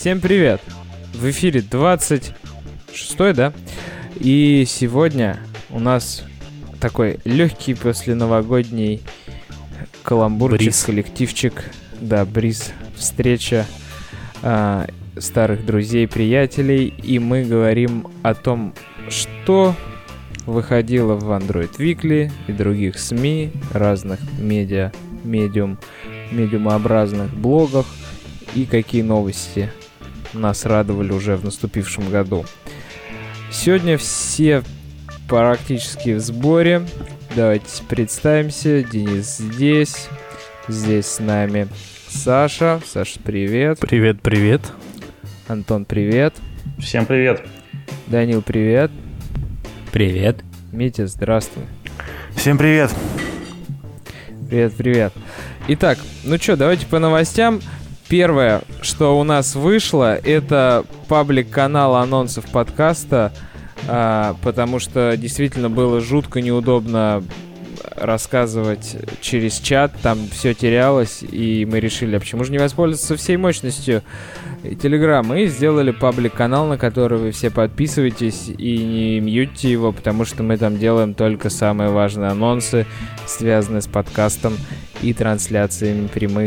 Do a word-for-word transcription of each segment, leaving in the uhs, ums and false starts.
Всем привет! В эфире двадцать шестой, да? И сегодня у нас такой легкий посленовогодний каламбурчик, бриз. коллективчик. Да, бриз, встреча э, старых друзей, приятелей. И мы говорим о том, что выходило в Android Weekly и других СМИ, разных медиа, медиум, медиумообразных блогах, и какие новости нас радовали уже в наступившем году. Сегодня все практически в сборе. Давайте представимся. Денис здесь. Здесь с нами Саша. Саша, привет. Привет, привет. Антон, привет. Всем привет. Данил, привет. Привет. Митя, здравствуй. Всем привет. Привет, привет. Итак, ну что, давайте по новостям. Первое, что у нас вышло, это паблик-канал анонсов подкаста, а, потому что действительно было жутко неудобно рассказывать через чат, там все терялось, и мы решили, а почему же не воспользоваться всей мощностью Телеграма, и сделали паблик-канал, на который вы все подписываетесь и не мьютите его, потому что мы там делаем только самые важные анонсы, связанные с подкастом и трансляциями прямых,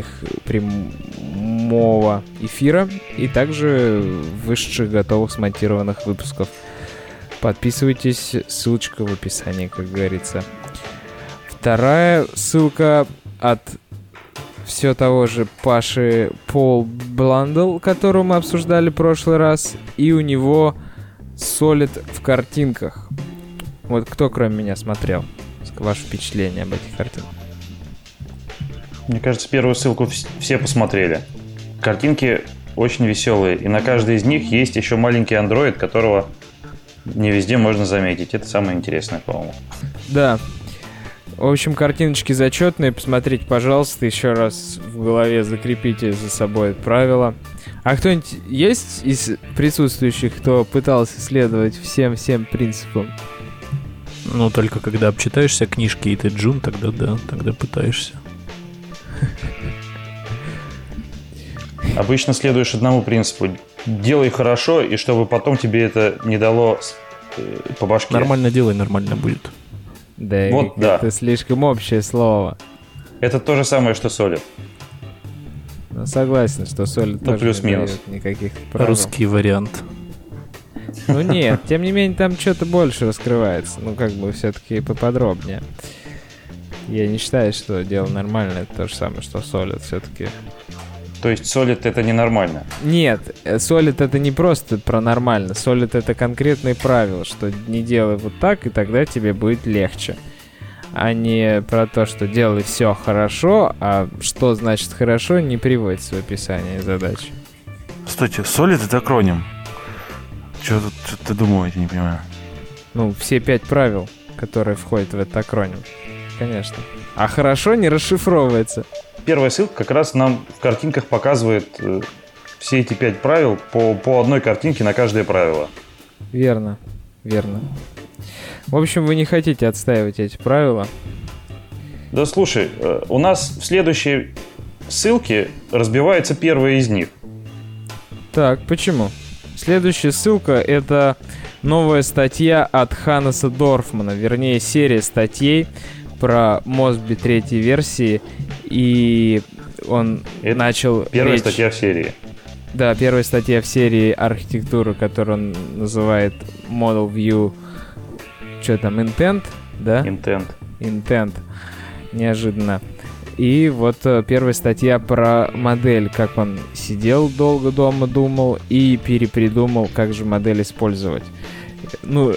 прямого эфира, и также вышедших готовых смонтированных выпусков. Подписывайтесь, ссылочка в описании, как говорится. Вторая ссылка от все того же Паши Пол Бландл, которого мы обсуждали в прошлый раз, и у него солид в картинках. Вот кто, кроме меня, смотрел? Ваше впечатление об этих картинках? Мне кажется, первую ссылку все посмотрели. Картинки очень веселые, и на каждой из них есть еще маленький андроид, которого не везде можно заметить. Это самое интересное, по-моему. Да. В общем, картиночки зачетные. Посмотрите, пожалуйста, еще раз в голове закрепите за собой это правило. А кто-нибудь есть из присутствующих, кто пытался следовать всем-всем принципам? Ну, только когда обчитаешься книжки, и ты джун, тогда да, тогда пытаешься. Обычно следуешь одному принципу. Делай хорошо, и чтобы потом тебе это не дало по башке. Нормально делай, нормально будет. Да, вот, да. Это слишком общее слово. Это то же самое, что солид. Ну, согласен, что солид ну, тоже плюс-минус. не дает никаких правил. Русский вариант. Ну нет, тем не менее там что-то больше раскрывается. Ну как бы все-таки поподробнее. Я не считаю, что дело нормальное. Это то же самое, что солид все-таки. То есть солид это ненормально? Нет, солид это не просто про нормально. Солид это конкретные правила, что не делай вот так, и тогда тебе будет легче. А не про то, что делай все хорошо, а что значит хорошо, не приводится в описании задачи. Стойте, солид это акроним. Что тут что-то думаете, не понимаю. Ну, все пять правил, которые входят в этот акроним. Конечно. А хорошо не расшифровывается. Первая ссылка как раз нам в картинках показывает э, все эти пять правил по, по одной картинке на каждое правило. Верно, верно. В общем, вы не хотите отстаивать эти правила. Да слушай, э, у нас в следующей ссылке разбивается первая из них. Так, почему? Следующая ссылка — это новая статья от Ханнеса Дорфмана, вернее, серия статей про Мосби третьей версии, и он это начал первая речь... статья в серии. Да, первая статья в серии архитектуры, которую он называет Model View, что там, Intent, да? Intent. Intent. Неожиданно. И вот первая статья про модель, как он сидел долго дома, думал и перепридумал, как же модель использовать. Ну,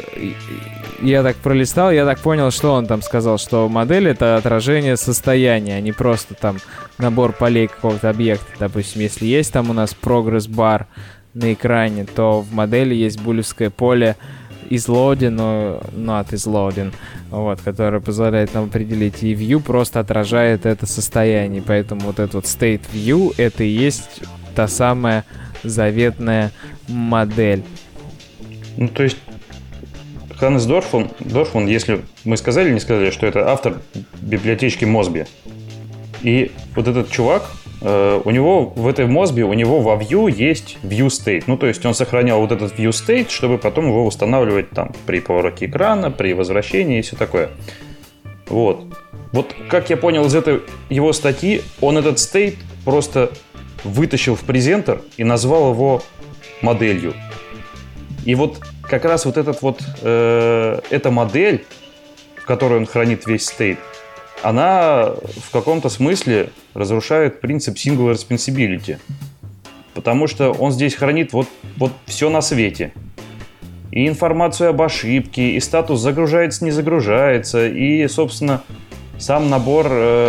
я так пролистал, я так понял, что он там сказал, что модель — это отражение состояния, а не просто там набор полей какого-то объекта. Допустим, если есть там у нас прогресс-бар на экране, то в модели есть булевское поле isLoading, но not isLoading, вот, которое позволяет нам определить, и view просто отражает это состояние. Поэтому вот этот вот state view — это и есть та самая заветная модель. Ну, то есть Ханнес Дорфман, Дорфман, если мы сказали, не сказали, что это автор библиотечки Мосби. И вот этот чувак э, у него в этой Mosby, у него во Vue есть View State. Ну, то есть он сохранял вот этот View State, чтобы потом его устанавливать там при повороте экрана, при возвращении и все такое. Вот. Вот как я понял из этой его статьи, он этот state просто вытащил в презентер и назвал его моделью. И вот как раз вот этот вот э, эта модель, в которой он хранит весь state, она в каком-то смысле разрушает принцип single responsibility. Потому что он здесь хранит вот, вот все на свете. И информацию об ошибке, и статус загружается, не загружается, и, собственно, сам набор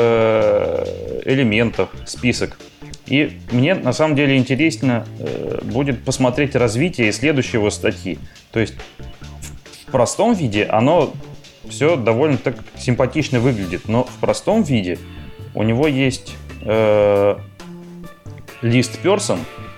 э, элементов, список. И мне на самом деле интересно э, будет посмотреть развитие следующей его статьи. То есть в простом виде оно все довольно так симпатично выглядит, но в простом виде у него есть э, лист person,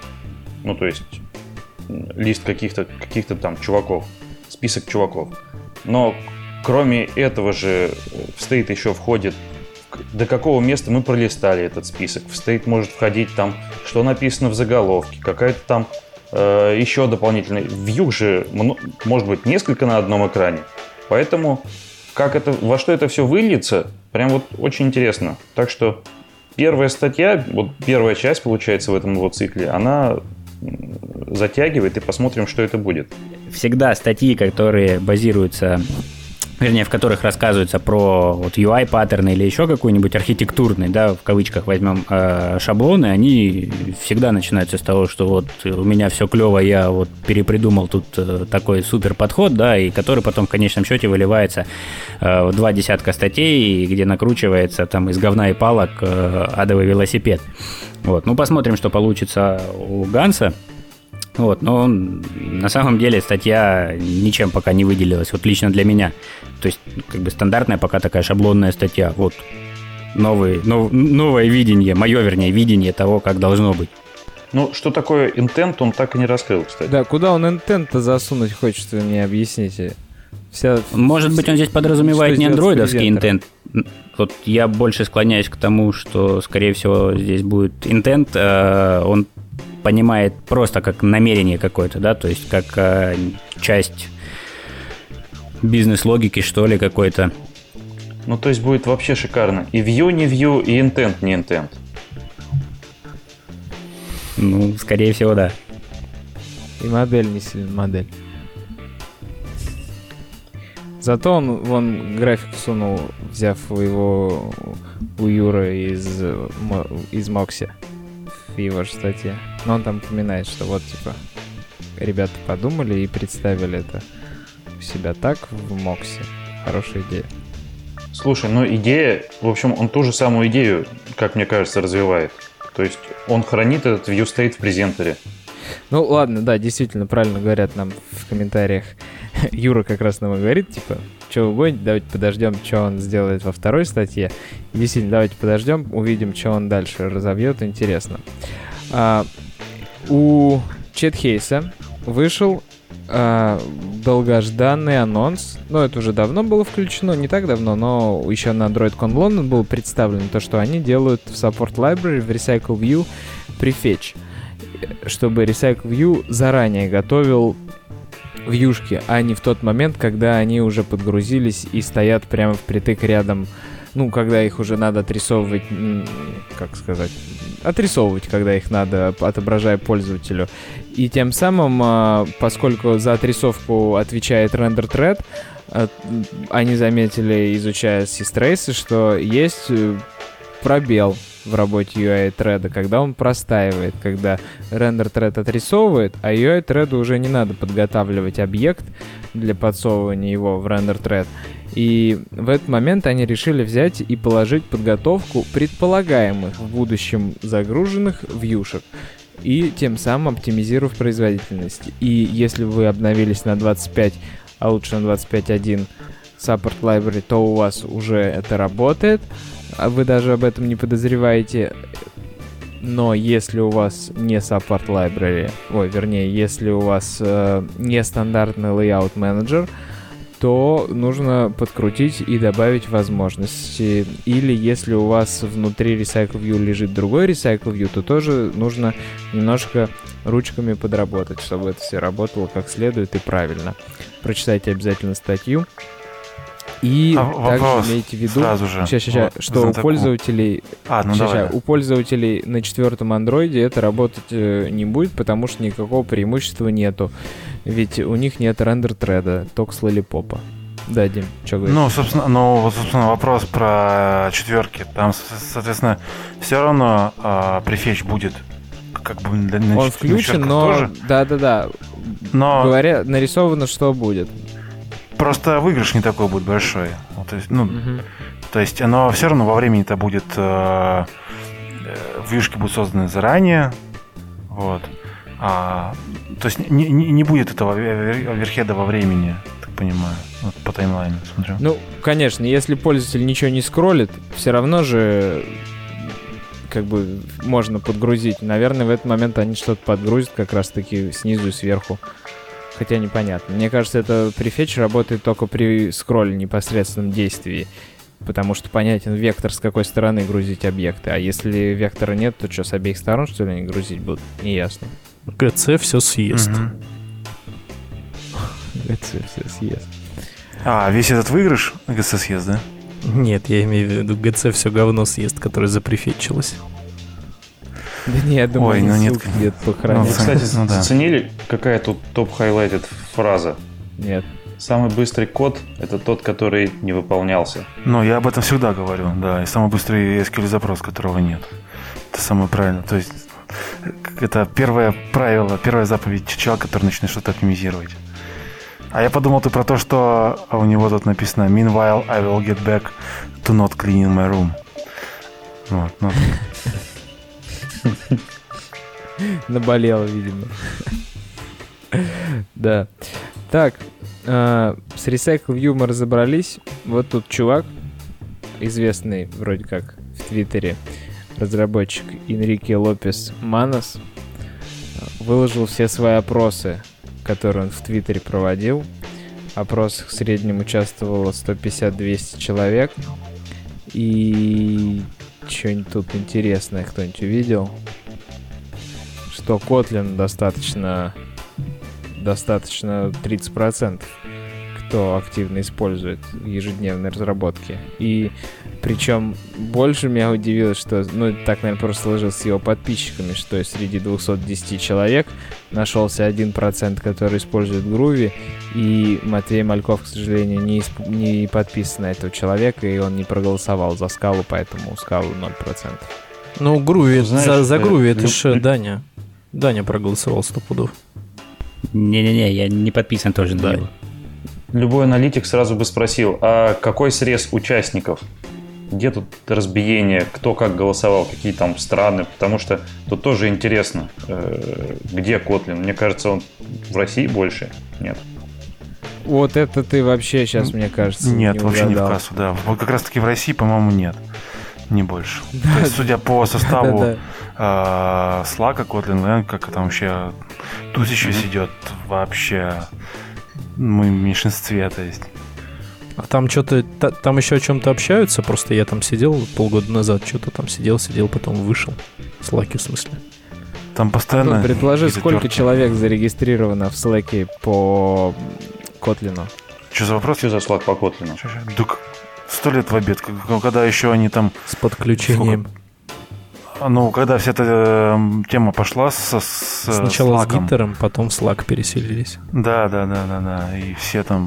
ну то есть лист каких-то, каких-то там чуваков, список чуваков. Но кроме этого же в state еще входит, до какого места мы пролистали этот список. В state может входить там, что написано в заголовке, какая-то там э, еще дополнительная. View же может быть несколько на одном экране. Поэтому как это, во что это все выльется, прям вот очень интересно. Так что первая статья, вот первая часть, получается, в этом его цикле, она затягивает, и посмотрим, что это будет. Всегда статьи, которые базируются, вернее, в которых рассказывается про вот ю ай-паттерны или еще какой-нибудь архитектурный, да, в кавычках возьмем, э, шаблоны, они всегда начинаются с того, что вот у меня все клево, я вот перепридумал тут э, такой супер подход, да, и который потом в конечном счете выливается э, в два десятка статей, где накручивается там из говна и палок э, адовый велосипед. Вот, ну, посмотрим, что получится у Ганса. Вот, но на самом деле статья ничем пока не выделилась, вот лично для меня. То есть, как бы стандартная пока такая шаблонная статья. Вот, новый, нов, новое видение, мое, вернее, видение того, как должно быть. Ну, что такое intent, он так и не раскрыл, кстати. Да, куда он intent-то засунуть хочет, вы мне объясните. Вся... Может быть, он здесь подразумевает что не андроидовский intent. презентера? Вот я больше склоняюсь к тому, что, скорее всего, здесь будет intent, э, он понимает просто как намерение какое-то, да, то есть как э, часть бизнес-логики, что ли, какой-то. Ну, то есть будет вообще шикарно. И view не view, и intent не intent. Ну, скорее всего, да. И модель не сильно модель. Зато он вон график сунул, взяв его у Юры из, из Мокси в его же статье. Но он там упоминает, что вот типа ребята подумали и представили это у себя так в Мокси. Хорошая идея. Слушай, ну идея, в общем, он ту же самую идею, как мне кажется, развивает. То есть он хранит этот view state в презентере. Ну ладно, да, действительно, правильно говорят нам в комментариях. Юра как раз нам и говорит, типа, что вы будете, давайте подождем, что он сделает во второй статье. И действительно, давайте подождем, увидим, что он дальше разовьет, интересно. А, у Чет Хейса вышел а, долгожданный анонс. Ну, это уже давно было включено, не так давно, но еще на DroidCon London было представлено то, что они делают в Support Library, в Recycle View prefetch, чтобы Recycle View заранее готовил вьюшки, а не в тот момент, когда они уже подгрузились и стоят прямо впритык рядом, ну, когда их уже надо отрисовывать, как сказать, отрисовывать, когда их надо, отображая пользователю. И тем самым, поскольку за отрисовку отвечает Render Thread, они заметили, изучая systrace, что есть пробел в работе ю ай-треда, когда он простаивает, когда рендер-тред отрисовывает, а ю ай-треду уже не надо подготавливать объект для подсовывания его в рендер-тред. И в этот момент они решили взять и положить подготовку предполагаемых в будущем загруженных вьюшек, и тем самым оптимизировав производительность. И если вы обновились на двадцать пять, а лучше на двадцать пять точка один Support Library, то у вас уже это работает, а вы даже об этом не подозреваете. Но если у вас не Support Library, ой, вернее, если у вас э, не стандартный Layout Manager, то нужно подкрутить и добавить возможности. Или если у вас внутри RecycleView лежит другой RecycleView, то тоже нужно немножко ручками подработать, чтобы это все работало как следует и правильно. Прочитайте обязательно статью. И а, также вопрос имейте в виду, сразу же. ща, ща, ща, Вот, что у пользователей, а, ну ща, давай, ща, да. у пользователей на четвертом андроиде это работать э, не будет, потому что никакого преимущества нету. Ведь у них нет рендер-треда, только с лолипопа. Да, Дим, что говоришь? Ну, собственно, ну, вот, собственно, вопрос про четверки. Там, соответственно, все равно э, префетч будет как бы на, на Он на включен, но... тоже. Да-да-да. Но Говоря, нарисовано, что будет. просто выигрыш не такой будет большой. Вот, то есть, ну, Мгм. то есть оно все равно во времени-то будет... Э, э, вьюшки будут созданы заранее. Вот. А, то есть не, не, не будет этого оверхеда во времени, так понимаю, вот по таймлайну смотрю. Ну, конечно, если пользователь ничего не скроллит, все равно же как бы можно подгрузить. Наверное, в этот момент они что-то подгрузят как раз-таки снизу и сверху. Хотя непонятно. Мне кажется, это префетч работает только при скролле непосредственном действии. Потому что понятен вектор, с какой стороны грузить объекты. А если вектора нет, то что, с обеих сторон, что ли, они грузить будут? Неясно. ГЦ все съест. Мгм. Это все съест. А, весь этот выигрыш гэ эс съест, да? Нет, я имею в виду, ГЦ все говно съест, которое запрефетчилось. Да не, я думаю, Ой, они ну нет, ссылки где-то похоронят. Ну, Кстати, ну да. заценили, какая тут топ-хайлайтед фраза? Нет. Самый быстрый код — это тот, который не выполнялся. Ну, я об этом всегда говорю, да. И самый быстрый эс кью эль-запрос, которого нет. Это самое правильное. То есть это первое правило, первая заповедь человека, который начинает что-то оптимизировать. А я подумал ты про то, что у него тут написано «Meanwhile, I will get back to not cleaning my room». Вот, ну. Наболело, видимо. Да. Так, э, с RecycleView мы разобрались. Вот тут чувак, известный вроде как в Твиттере, разработчик Энрике Лопес Манос, выложил все свои опросы, которые он в Твиттере проводил. В опросах в среднем участвовало сто пятьдесят - двести человек. И что-нибудь тут интересное кто-нибудь увидел? Что Kotlin достаточно, достаточно тридцать процентов, кто активно использует в ежедневной разработке. И причем больше меня удивило, что, ну, это так, наверное, просто сложилось с его подписчиками, что среди двухсот десяти человек нашелся один процент, который использует Groovy, и Матвей Мальков, к сожалению, не, исп... не подписан на этого человека, и он не проголосовал за Скалу, поэтому у Скалы ноль процентов. Ну, Груви, Знаешь, за, за э, Груви это люб- же Даня. Даня проголосовал сто пудов. Не-не-не, я не подписан тоже на Да. него. Любой аналитик сразу бы спросил, а какой срез участников? Где тут разбиение, кто как голосовал, какие там страны? Потому что тут тоже интересно, э, где Kotlin. Мне кажется, он в России больше. Нет. Вот это ты вообще сейчас, мне кажется, Нет, не вообще не в угадал. кассу, да. Вот как раз таки в России, по-моему, нет. Не больше. То есть, судя по составу Да-да. Slack, Kotlin Lang, как там вообще тут еще сидит вообще мы в меньшинстве, то есть. А там что-то, та- там еще о чем-то общаются, просто я там сидел полгода назад, что-то там сидел, сидел, потом вышел. В Slack, в смысле. Там постоянно... Ну, предложи, какие-то сколько тёрки. человек зарегистрировано в Slack по Kotlin? Что за вопрос? Что за Slack по Kotlin? Дук, сто лет в обед, к- когда еще они там... С подключением. Ну, когда вся эта э, тема пошла со, с Сначала с Slack'ом. Гиттером, потом в Slack переселились. Да, да, да, да, да. И все там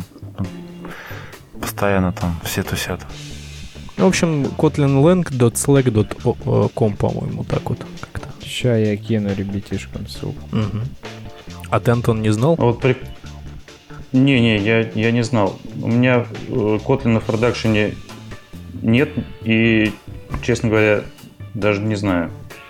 постоянно там все тусят. Ну, в общем, kotlin lang dot slack dot com, по-моему, так вот как-то. Ща я кину ребятишкам ссылку. Мгм. А ты, Антон, не знал? Вот при... Не-не, я, я не знал. У меня э, Kotlin в продакшене нет, и, честно говоря, даже не знаю.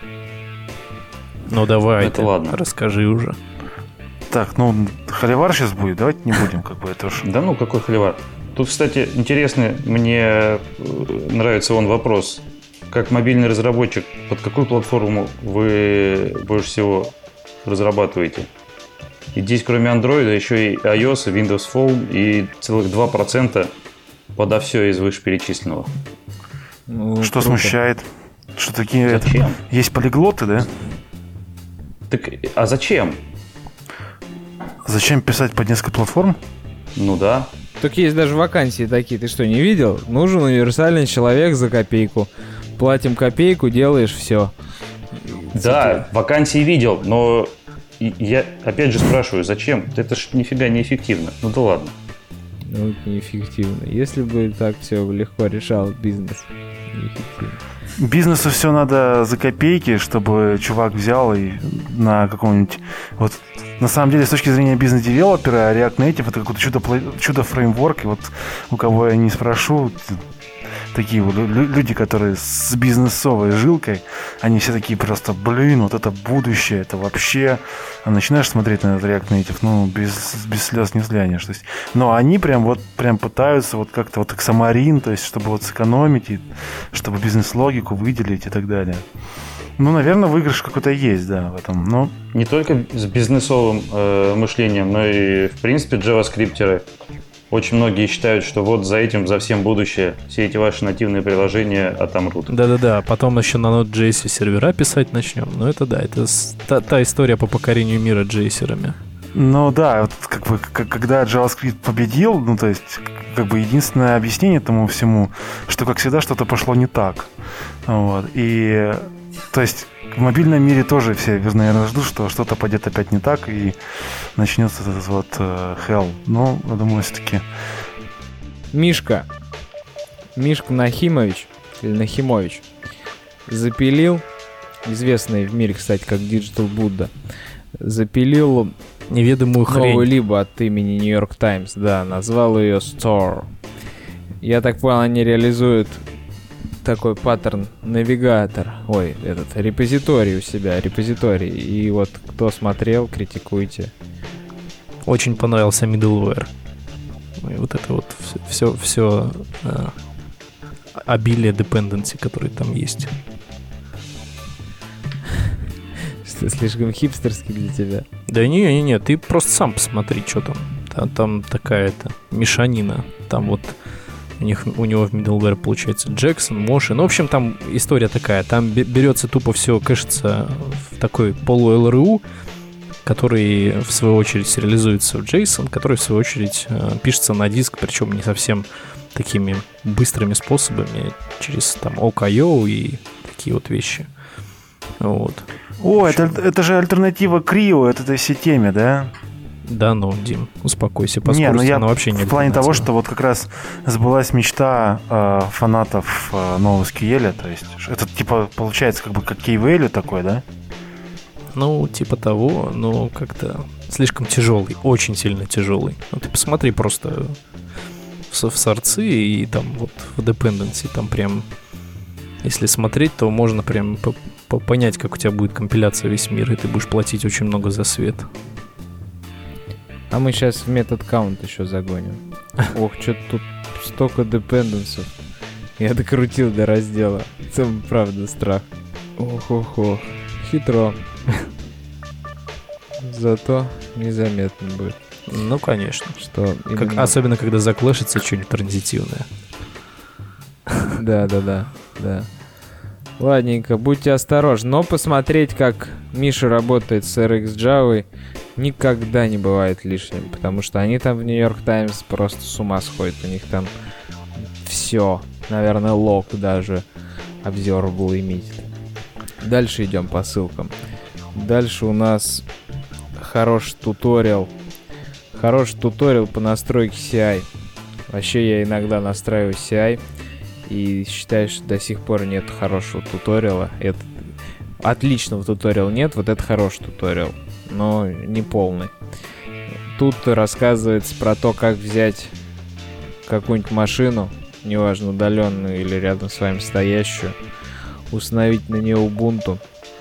Ну, давай, Это ты ладно. расскажи уже. Так, ну, холивар сейчас будет, давайте не будем, как бы, это уж... Да ну, какой холивар. Тут, кстати, интересный, мне э, нравится вон вопрос. Как мобильный разработчик, под какую платформу вы больше всего разрабатываете? И здесь кроме Android еще и iOS, и Windows Phone, и целых два процента подо все из вышеперечисленного. Ну, что круто. Смущает? Что такие... Зачем? Есть полиглоты, да? Так, а зачем? Зачем писать под несколько платформ? Ну да. Так есть даже вакансии такие. Ты что, не видел? Нужен универсальный человек за копейку. Платим копейку, делаешь все. Да, вакансии видел, но я опять же спрашиваю, зачем? Это ж нифига не эффективно. Ну да ладно. Ну, неэффективно. Если бы так все легко решал бизнес, неэффективно. Бизнесу все надо за копейки, чтобы чувак взял и на каком-нибудь... Вот на самом деле, с точки зрения бизнес-девелопера, React Native — это какое-то чудо, чудо-фреймворк. И вот у кого я не спрошу, такие вот люди, которые с бизнесовой жилкой, они все такие просто, блин, вот это будущее, это вообще... А начинаешь смотреть на этот React Native, ну, без, без слез не взглянешь. То есть, но они прям вот прям пытаются вот как-то вот Xamarin, то есть, чтобы вот сэкономить, и чтобы бизнес-логику выделить и так далее. Ну, наверное, выигрыш какой-то есть, да, в этом. Но... Не только с бизнесовым э, мышлением, но и, в принципе, джаваскриптеры. Очень многие считают, что вот за этим, за всем будущее. Все эти ваши нативные приложения отомрут. Да-да-да, потом еще на Node.js сервера писать начнем. Ну это да, это та, та история по покорению мира джейсерами. Ну да, вот как бы как, когда JavaScript победил, ну то есть как бы единственное объяснение этому всему, что как всегда что-то пошло не так. Вот. И то есть в мобильном мире тоже все, наверное, ждут, что что-то пойдет опять не так и начнется этот вот uh, hell. Но, я думаю, все-таки... Мишка. Мишка Нахимович, или Нахимович, запилил, известный в мире, кстати, как Digital Buddha, запилил неведомую хрень. Новую либо от имени New York Times, да, назвал ее Store. Я так понял, они реализуют такой паттерн навигатор, ой, этот репозиторий у себя, репозиторий. И вот кто смотрел, критикуйте. Очень понравился middleware. И вот это вот все, все, все э, обилие dependency, которые там есть. Что, слишком хипстерский для тебя? Да не, не, не, ты просто сам посмотри, что там. Там, там такая-то мешанина. Там вот У, них, у него в middleware получается Jackson, Motion. Ну, в общем, там история такая. Там берется тупо все, кэшится в такой полу-эл эр ю, который, в свою очередь, сериализуется в JSON, который, в свою очередь, пишется на диск, причем не совсем такими быстрыми способами, через там о кей ай о и такие вот вещи. Вот. О, это, это же альтернатива Крио, это этой всей теме, да? Да, ну, Дим, успокойся, по не, скорости ну я она вообще не в плане того, что вот как раз сбылась мечта э, фанатов э, нового эс кью эль, то есть это типа получается как бы как key-value такой, да? Ну, типа того, но как-то слишком тяжелый, очень сильно тяжелый. Ну, ты посмотри просто в, в сорцы и там вот в dependency, там прям, если смотреть, то можно прям по- по- понять, как у тебя будет компиляция весь мир, и ты будешь платить очень много за свет. А мы сейчас в метод count еще загоним. Ох, что-то тут столько депенденсов. Я докрутил до раздела. Это правда страх. Ох-ох-ох. Хитро. Зато незаметно будет. Ну, конечно. Что как, именно... Особенно, когда заклэшится что-нибудь транзитивное. Да-да-да. Да. Ладненько, будьте осторожны. Но посмотреть, как Миша работает с эр икс Java, никогда не бывает лишним. Потому что они там в New York Times просто с ума сходят. У них там все. Наверное, лог даже observable имеет. Дальше идем по ссылкам. Дальше у нас хороший туториал. Хороший туториал по настройке си ай. Вообще я иногда настраиваю си ай и считаю, что до сих пор нет хорошего туториала. Это... Отличного туториала нет, вот это хороший туториал, но не полный. Тут рассказывается про то, как взять какую-нибудь машину, неважно, удаленную или рядом с вами стоящую, установить на нее Ubuntu,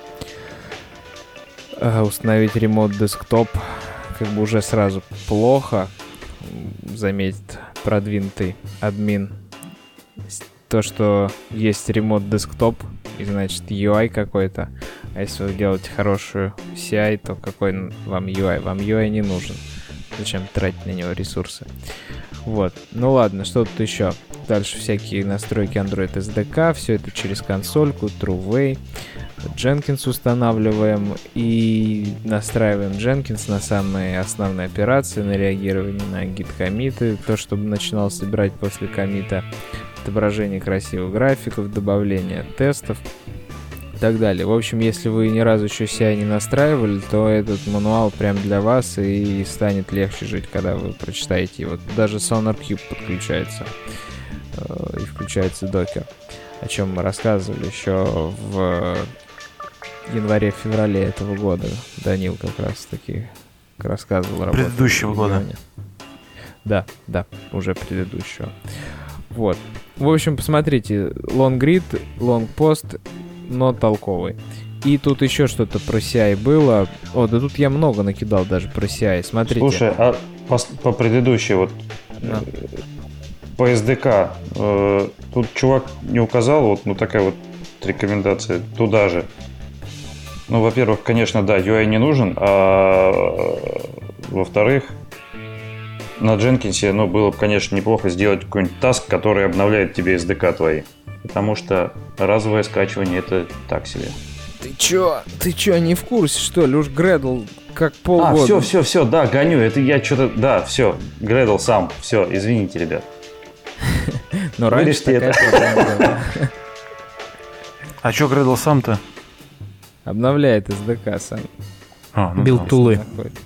установить Remote Desktop, как бы уже сразу плохо, заметит продвинутый админ. То, что есть Remote Desktop, и значит ю ай какой-то, А если вы делаете хорошую си ай, то какой вам ю ай? Вам ю ай не нужен. Зачем тратить на него ресурсы? Вот. Ну ладно, что тут еще? Дальше всякие настройки Android эс ди кей, все это через консольку, TrueWay. Jenkins устанавливаем и настраиваем Jenkins на самые основные операции, на реагирование на гит-коммиты, то, чтобы начинал собирать после коммита, отображение красивых графиков, добавление тестов и так далее. В общем, если вы ни разу еще си ай не настраивали, то этот мануал прям для вас и станет легче жить, когда вы прочитаете его. Даже SonarQube подключается и включается Docker, о чем мы рассказывали еще в январе-феврале этого года. Данил как раз таки рассказывал. Предыдущего года. Да, да, уже предыдущего. Вот. В общем, посмотрите, long read, long post, но толковый. И тут еще что-то про си ай было. О, да тут я много накидал даже про си ай. Смотрите. Слушай, а по, по предыдущей вот да. По эс ди кей э, тут чувак не указал, вот, ну такая вот рекомендация туда же. Ну, во-первых, конечно, да, ю ай не нужен, а во-вторых, на Jenkins, ну, было бы, конечно, неплохо сделать какой-нибудь таск, который обновляет тебе эс ди кей твои. Потому что разовое скачивание — это так себе. Ты чё? Ты чё, не в курсе, что ли? Уж Gradle как полгода. А, все, все, все, да, гоню. Это я что-то, да, все, Gradle сам. Все, извините, ребят. Но раньше такая проблема была. А чё Gradle сам-то? Обновляет эс ди кей сам. А, ну, билд-тулы.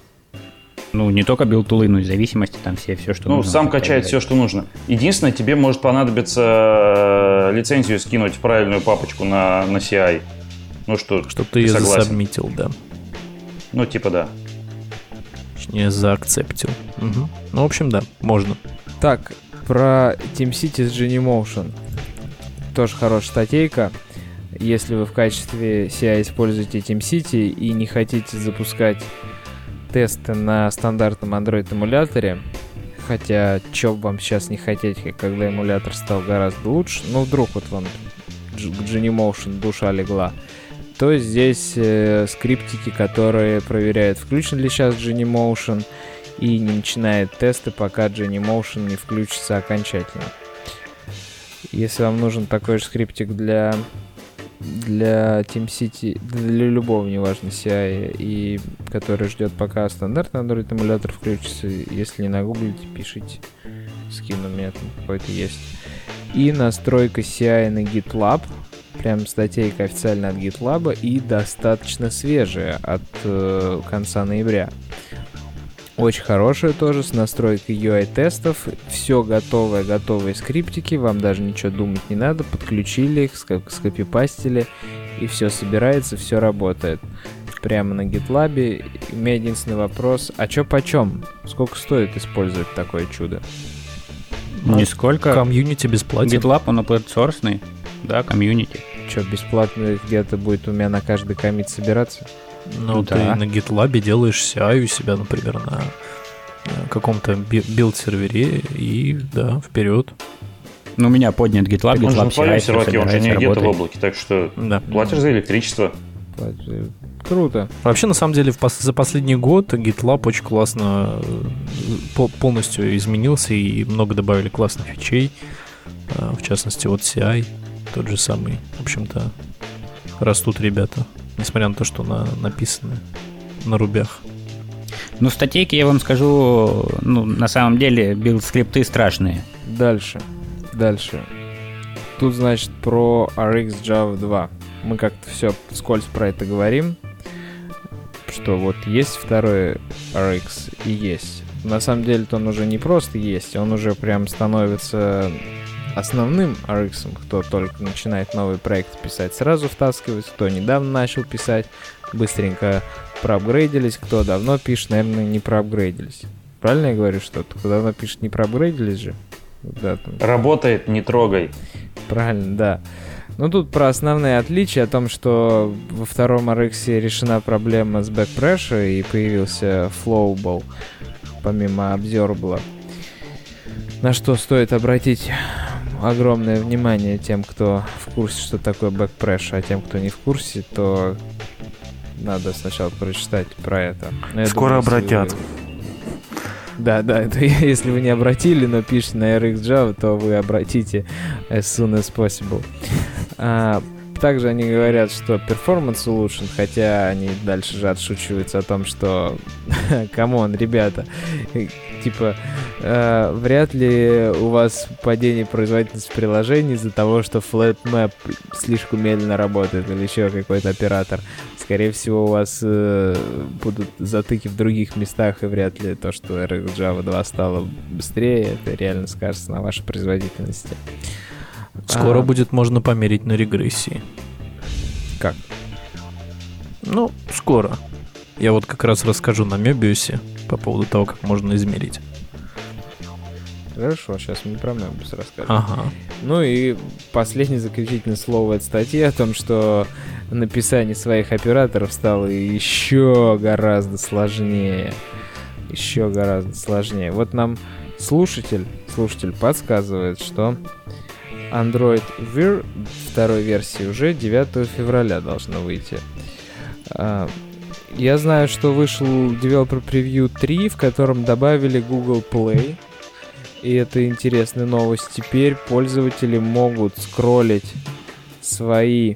Ну, не только билд-тулы, но и зависимости, там все, все что ну, нужно. Ну, сам качает все, что нужно. Единственное, тебе может понадобиться лицензию скинуть в правильную папочку на, на си ай. Ну, что, Чтоб ты, ты ее засабмитил, да. Ну, типа да. Точнее, заакцептил. Угу. Ну, в общем, да, можно. Так, про TeamCity с Genymotion. Тоже хорошая статейка. Если вы в качестве си ай используете TeamCity и не хотите запускать тесты на стандартном Android-эмуляторе, хотя, чё вам сейчас не хотеть, когда эмулятор стал гораздо лучше, ну, вдруг вот вам к Genymotion душа легла, то здесь э, скриптики, которые проверяют, включен ли сейчас Genymotion, и не начинает тесты, пока Genymotion не включится окончательно. Если вам нужен такой же скриптик для для TeamCity, для любого, неважно, си ай, и который ждет, пока стандартный Android эмулятор включится, если не нагуглите, пишите, скину, у меня там какой-то есть. И настройка си ай на GitLab, прям статейка официально от GitLab, и достаточно свежая, от э, конца ноября. Очень хорошая тоже, с настройкой ю ай-тестов. Все готовое, готовые скриптики. Вам даже ничего думать не надо. Подключили их, скопипастили, и все собирается, все работает. Прямо на GitLab. У меня единственный вопрос. А чё почем? Сколько стоит использовать такое чудо? Нисколько. Комьюнити бесплатен. GitLab, он open-source, да, комьюнити. Чё, бесплатно где-то будет у меня на каждый коммит собираться? Ну, ты да. на GitLab делаешь си ай у себя, например, на каком-то билд-сервере, и, да, вперед. Ну, у меня поднят GitLab, GitLab, он же на твоем сервере, он же не где-то в облаке, так что да. платишь за электричество. Круто. Вообще, на самом деле, в пос- за последний год GitLab очень классно по- полностью изменился, и много добавили классных фичей, в частности, вот си ай, тот же самый, в общем-то, растут ребята. Несмотря на то, что на, написано на рубях. Ну, статейки, я вам скажу, ну, на самом деле, билд-скрипты страшные. Дальше. Дальше. Тут, значит, про ар икс Java два. Мы как-то все вскользь про это говорим. Что вот есть второй ар икс и есть. На самом деле-то он уже не просто есть, он уже прям становится основным ар икс, кто только начинает новый проект писать, сразу втаскивается, кто недавно начал писать, быстренько проапгрейдились, кто давно пишет, наверное, не проапгрейдились. Правильно я говорю, что кто давно пишет, не проапгрейдились же? Да, там. Работает, не трогай. Правильно, да. Ну, тут про основные отличия о том, что во втором ар икс решена проблема с backpressure и появился Flowable, помимо Observable. На что стоит обратить огромное внимание тем, кто в курсе, что такое backpressure, а тем, кто не в курсе, то надо сначала прочитать про это. Но Скоро думаю, обратят. Вы... Да, да, это если вы не обратили, но пишете на эр икс Java, то вы обратите as soon as possible. А, также они говорят, что перформанс улучшен, хотя они дальше же отшучиваются о том, что камон, ребята, типа э, вряд ли у вас падение производительности приложений из-за того, что FlatMap слишком медленно работает или еще какой-то оператор. Скорее всего, у вас э, будут затыки в других местах, и вряд ли то, что эр икс Java два стало быстрее, это реально скажется на вашей производительности. Скоро а... будет можно померить на регрессии. Как? Ну, скоро. Я вот как раз расскажу на Мёбиусе по поводу того, как можно измерить. Хорошо, сейчас мы про Мёбиус расскажем. Ага. Ну и последнее заключительное слово от статьи о том, что написание своих операторов стало еще гораздо сложнее. Еще гораздо сложнее. Вот нам слушатель, слушатель подсказывает, что Android Wear второй версии уже девятого февраля должно выйти. Я знаю, что вышел Developer Preview три, в котором добавили Google Play. И это интересная новость. Теперь пользователи могут скроллить свои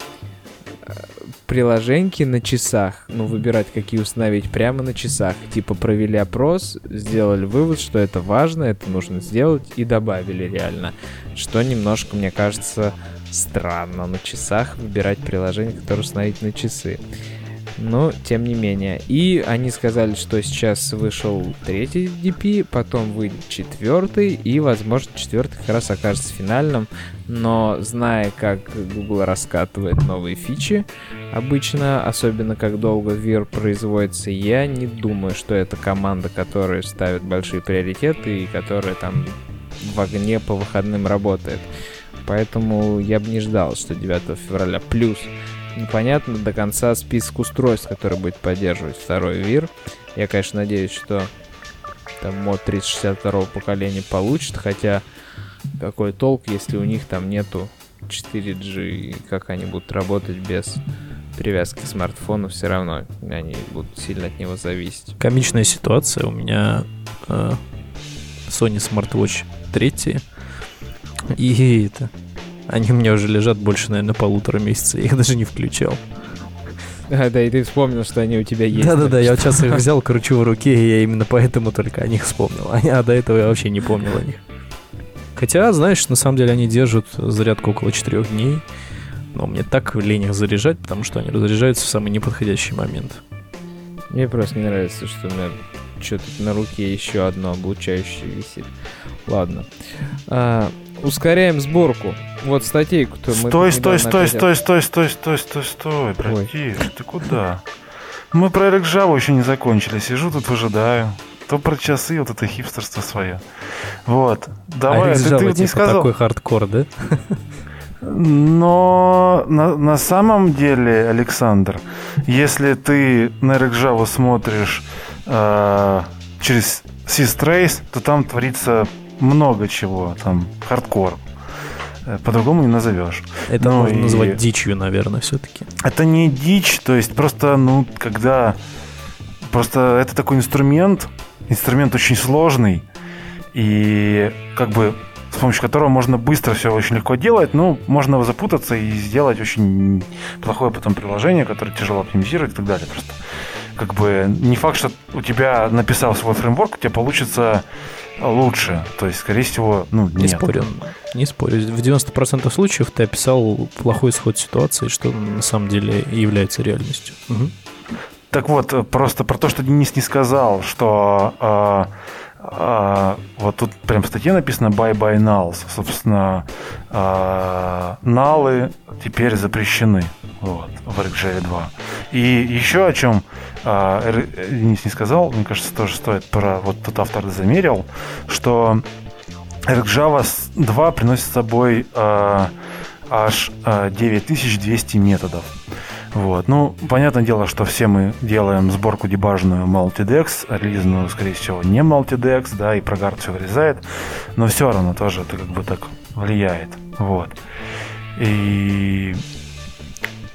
приложеньки на часах. Ну, выбирать, какие установить прямо на часах. Типа провели опрос, сделали вывод, что это важно, это нужно сделать, и добавили реально. Что немножко, мне кажется, странно. На часах выбирать приложение, которое установить на часы. Но, тем не менее. И они сказали, что сейчас вышел третий ди пи, потом выйдет четвертый, и, возможно, четвертый как раз окажется финальным. Но, зная, как Google раскатывает новые фичи, обычно, особенно как долго Wear производится, я не думаю, что это команда, которая ставит большие приоритеты и которая там в огне по выходным работает. Поэтому я бы не ждал, что девятого февраля. Плюс непонятно до конца список устройств, который будет поддерживать второй Wear. Я, конечно, надеюсь, что там мод триста шестьдесят второго поколения получит, хотя какой толк, если у них там нету четыре джи, и как они будут работать без привязки к смартфону, все равно они будут сильно от него зависеть. Комичная ситуация. У меня э, Sony Smartwatch три, и это... Они у меня уже лежат больше, наверное, полутора месяца. Я их даже не включал. А, да, и ты вспомнил, что они у тебя есть. Да-да-да, я вот сейчас их взял, кручу в руке, и я именно поэтому только о них вспомнил. А до этого я вообще не помнил о них. Хотя, знаешь, на самом деле они держат зарядку около четырех дней. Но мне так лень их заряжать, потому что они разряжаются в самый неподходящий момент. Мне просто не нравится, что у меня что-то на руке еще одно облучающее висит. Ладно. А, ускоряем сборку. Вот статейку-то мы... Стой, стой, стой, стой, стой, стой, стой, стой, стой, братиш, ты куда? Мы про эр икс Java еще не закончили. Сижу тут, выжидаю. То про часы, вот это хипстерство свое. Вот. Давай, а ты, ты вот не типа сказал. Такой хардкор, да? Но на, на самом деле, Александр, если ты на эр икс Java смотришь э, через Systrace, то там творится много чего. Там хардкор. По-другому не назовешь. Это ну, можно и... назвать дичью, наверное, все-таки. Это не дичь, то есть просто, ну, когда... Просто это такой инструмент, инструмент очень сложный, и как бы с помощью которого можно быстро все очень легко делать, но можно запутаться и сделать очень плохое потом приложение, которое тяжело оптимизировать и так далее. Просто как бы не факт, что у тебя, написав свой фреймворк, у тебя получится лучше. То есть, скорее всего, ну, не нет. спорю, не спорю. В девяносто процентов случаев ты описал плохой исход ситуации, что на самом деле является реальностью. Угу. Так вот, просто про то, что Денис не сказал, что э, э, вот тут прям в статье написано bye-bye nulls. Собственно, э, наллы теперь запрещены вот, в эр икс Java два. И еще о чем э, Денис не сказал, мне кажется, тоже стоит про... Вот тут автор замерил, что эр икс Java два приносит с собой э, аж э, девять тысяч двести методов. Вот. Ну, понятное дело, что все мы делаем сборку дебажную multidex, релизную, скорее всего, не multidex, да, и ProGuard все вырезает, но все равно тоже это как бы так влияет. Вот. И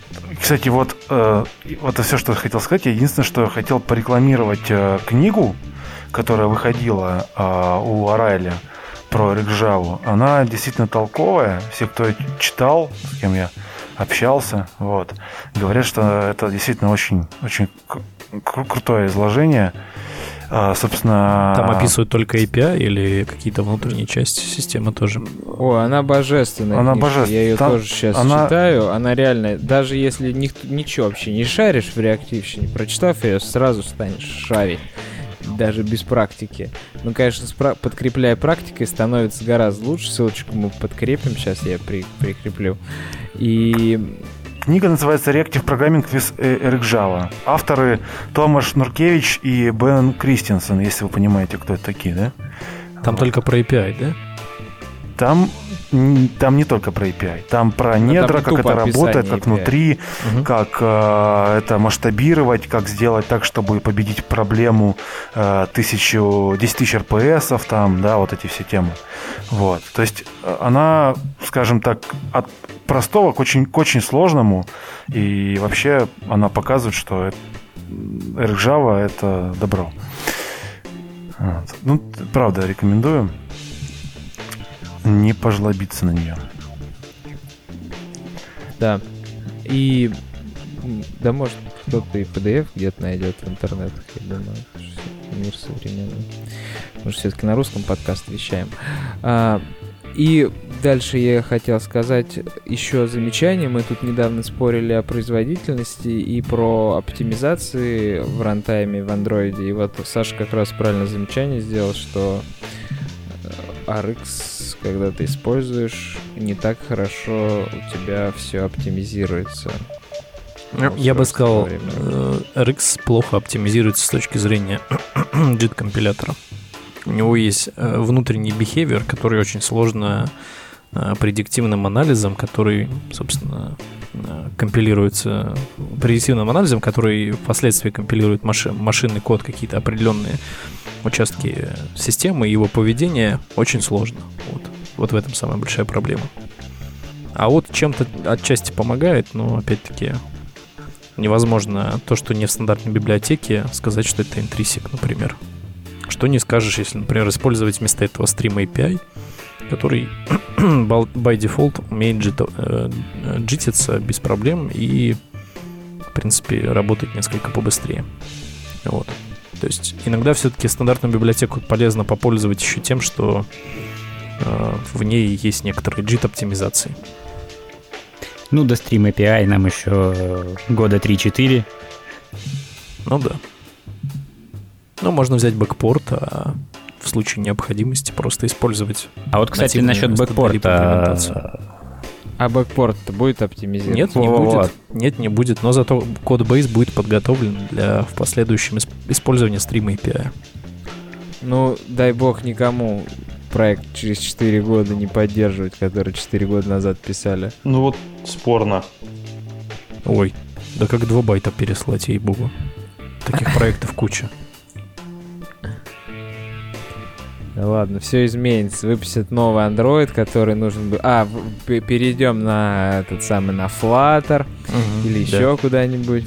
Кстати, вот, э, вот это все, что я хотел сказать. Я единственное, что я хотел порекламировать э, книгу, которая выходила э, у Орайли про RxJava. Она действительно толковая. Все, кто читал, с кем я общался, вот, говорят, что это действительно очень, очень кру- крутое изложение. А, собственно... Там описывают только эй пи ай или какие-то внутренние части системы тоже? О, она божественная. Она книжка. божественная. Я ее Там тоже сейчас она... читаю. Она реально, даже если ни, ничего вообще не шаришь в реактивщине, прочитав ее, сразу станешь шарить. Даже без практики. Ну, конечно, спра- подкрепляя практикой, становится гораздо лучше. Ссылочку мы подкрепим. Сейчас я при- прикреплю. И... Книга называется «Reactive Programming with RxJava». Авторы Томаш Нуркевич и Бен Кристенсен, если вы понимаете, кто это такие, да? Там вот. Только про эй пи ай, да? Там, там не только про эй пи ай. Там про Но недра, там как это работает, как эй пи ай. Внутри, угу. как э, это масштабировать, как сделать так, чтобы победить проблему э, тысячу, десять тысяч эр пи эс, там, да, вот эти все темы. Вот. То есть она, скажем так, от простого к очень, к очень сложному, и вообще она показывает, что RxJava — это добро. Вот. Ну, правда, рекомендую не пожлобиться на нее. Да. И да, может, кто-то и пи ди эф где-то найдет в интернетах, я думаю. Мир современный. Мы же все-таки на русском подкаст вещаем. А, и дальше я хотел сказать еще замечание. Мы тут недавно спорили о производительности и про оптимизации в рантайме в андроиде. И вот Саша как раз правильное замечание сделал, что Rx, когда ты используешь, не так хорошо у тебя все оптимизируется. Ну, я бы сказал, Rx плохо оптимизируется с точки зрения JIT-компилятора. У него есть внутренний behavior, который очень сложно предиктивным анализом, который, собственно, компилируется предиктивным анализом, который впоследствии компилирует машин, машинный код, какие-то определенные участки системы, и его поведение очень сложно. Вот, вот в этом самая большая проблема. А вот чем-то отчасти помогает, но опять-таки невозможно то, что не в стандартной библиотеке, сказать, что это интрисик, например. Что не скажешь, если, например, использовать вместо этого стрим эй пи ай, который by default умеет джититься без проблем и, в принципе, работать несколько побыстрее. Вот. То есть иногда все-таки стандартную библиотеку полезно попользовать еще тем, что э, в ней есть некоторые джит-оптимизации. Ну, до Stream эй пи ай нам еще года три-четыре. Ну да. Ну, можно взять бэкпорт, а в случае необходимости просто использовать. А вот, кстати, насчет бэкпорта. А бэкпорт будет оптимизирован? Нет, не вот. будет. Нет, не будет. Но зато кодбейс будет подготовлен для в последующем использования стрима эй пи ай. Ну, дай бог никому проект через четыре года не поддерживать, который четыре года назад писали. Ну вот, спорно. Ой, да как два байта переслать, ей-богу. Таких проектов куча. Да ладно, все изменится. Выпустят новый Android, который нужен был... А, перейдем на этот самый, на Flutter угу, или да. еще куда-нибудь.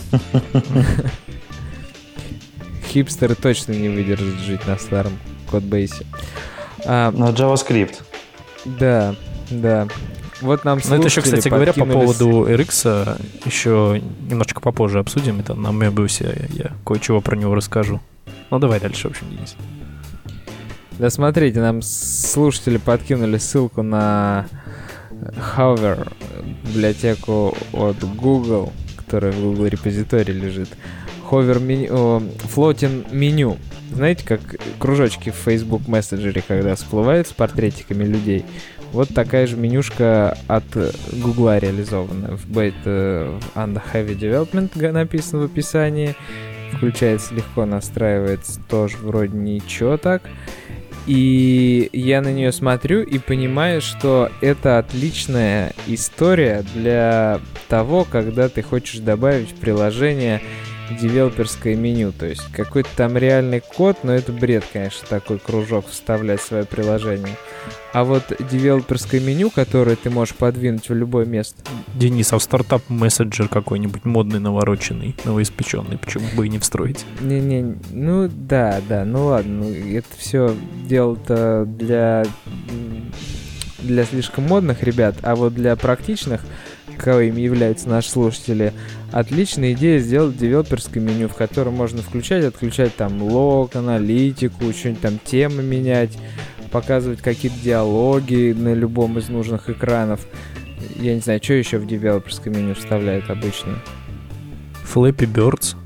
Хипстеры точно не выдержат жить на старом кодбейсе. А, на JavaScript. Да, да. Вот нам слушатели это еще, кстати говоря, по подкинулись... поводу Rx еще немножечко попозже обсудим. Это на Мебиусе я кое-чего про него расскажу. Ну, давай дальше, в общем, Денис. Да смотрите, нам слушатели подкинули ссылку на Hover, библиотеку от Google, которая в Google репозитории лежит. Hover меню, floating меню. Знаете, как кружочки в Facebook мессенджере, когда всплывают с портретиками людей? Вот такая же менюшка от Google реализована. В beta under heavy development написано в описании. Включается легко, настраивается тоже вроде ничего так. И я на нее смотрю и понимаю, что это отличная история для того, когда ты хочешь добавить в приложение девелоперское меню. То есть какой-то там реальный код, но это бред, конечно, такой кружок вставлять в свое приложение. А вот девелоперское меню, которое ты можешь подвинуть в любое место. Денис, а в стартап-мессенджер какой-нибудь модный, навороченный, новоиспеченный, почему бы и не встроить? Не-не, ну да, да, ну ладно, ну, это все дело-то для, для слишком модных ребят, а вот для практичных, каковыми являются наши слушатели, отличная идея сделать девелоперское меню, в котором можно включать, отключать там лог, аналитику, что-нибудь там темы менять, показывать какие-то диалоги на любом из нужных экранов. Я не знаю, что еще в девелоперское меню вставляют обычно. Flappy Birds.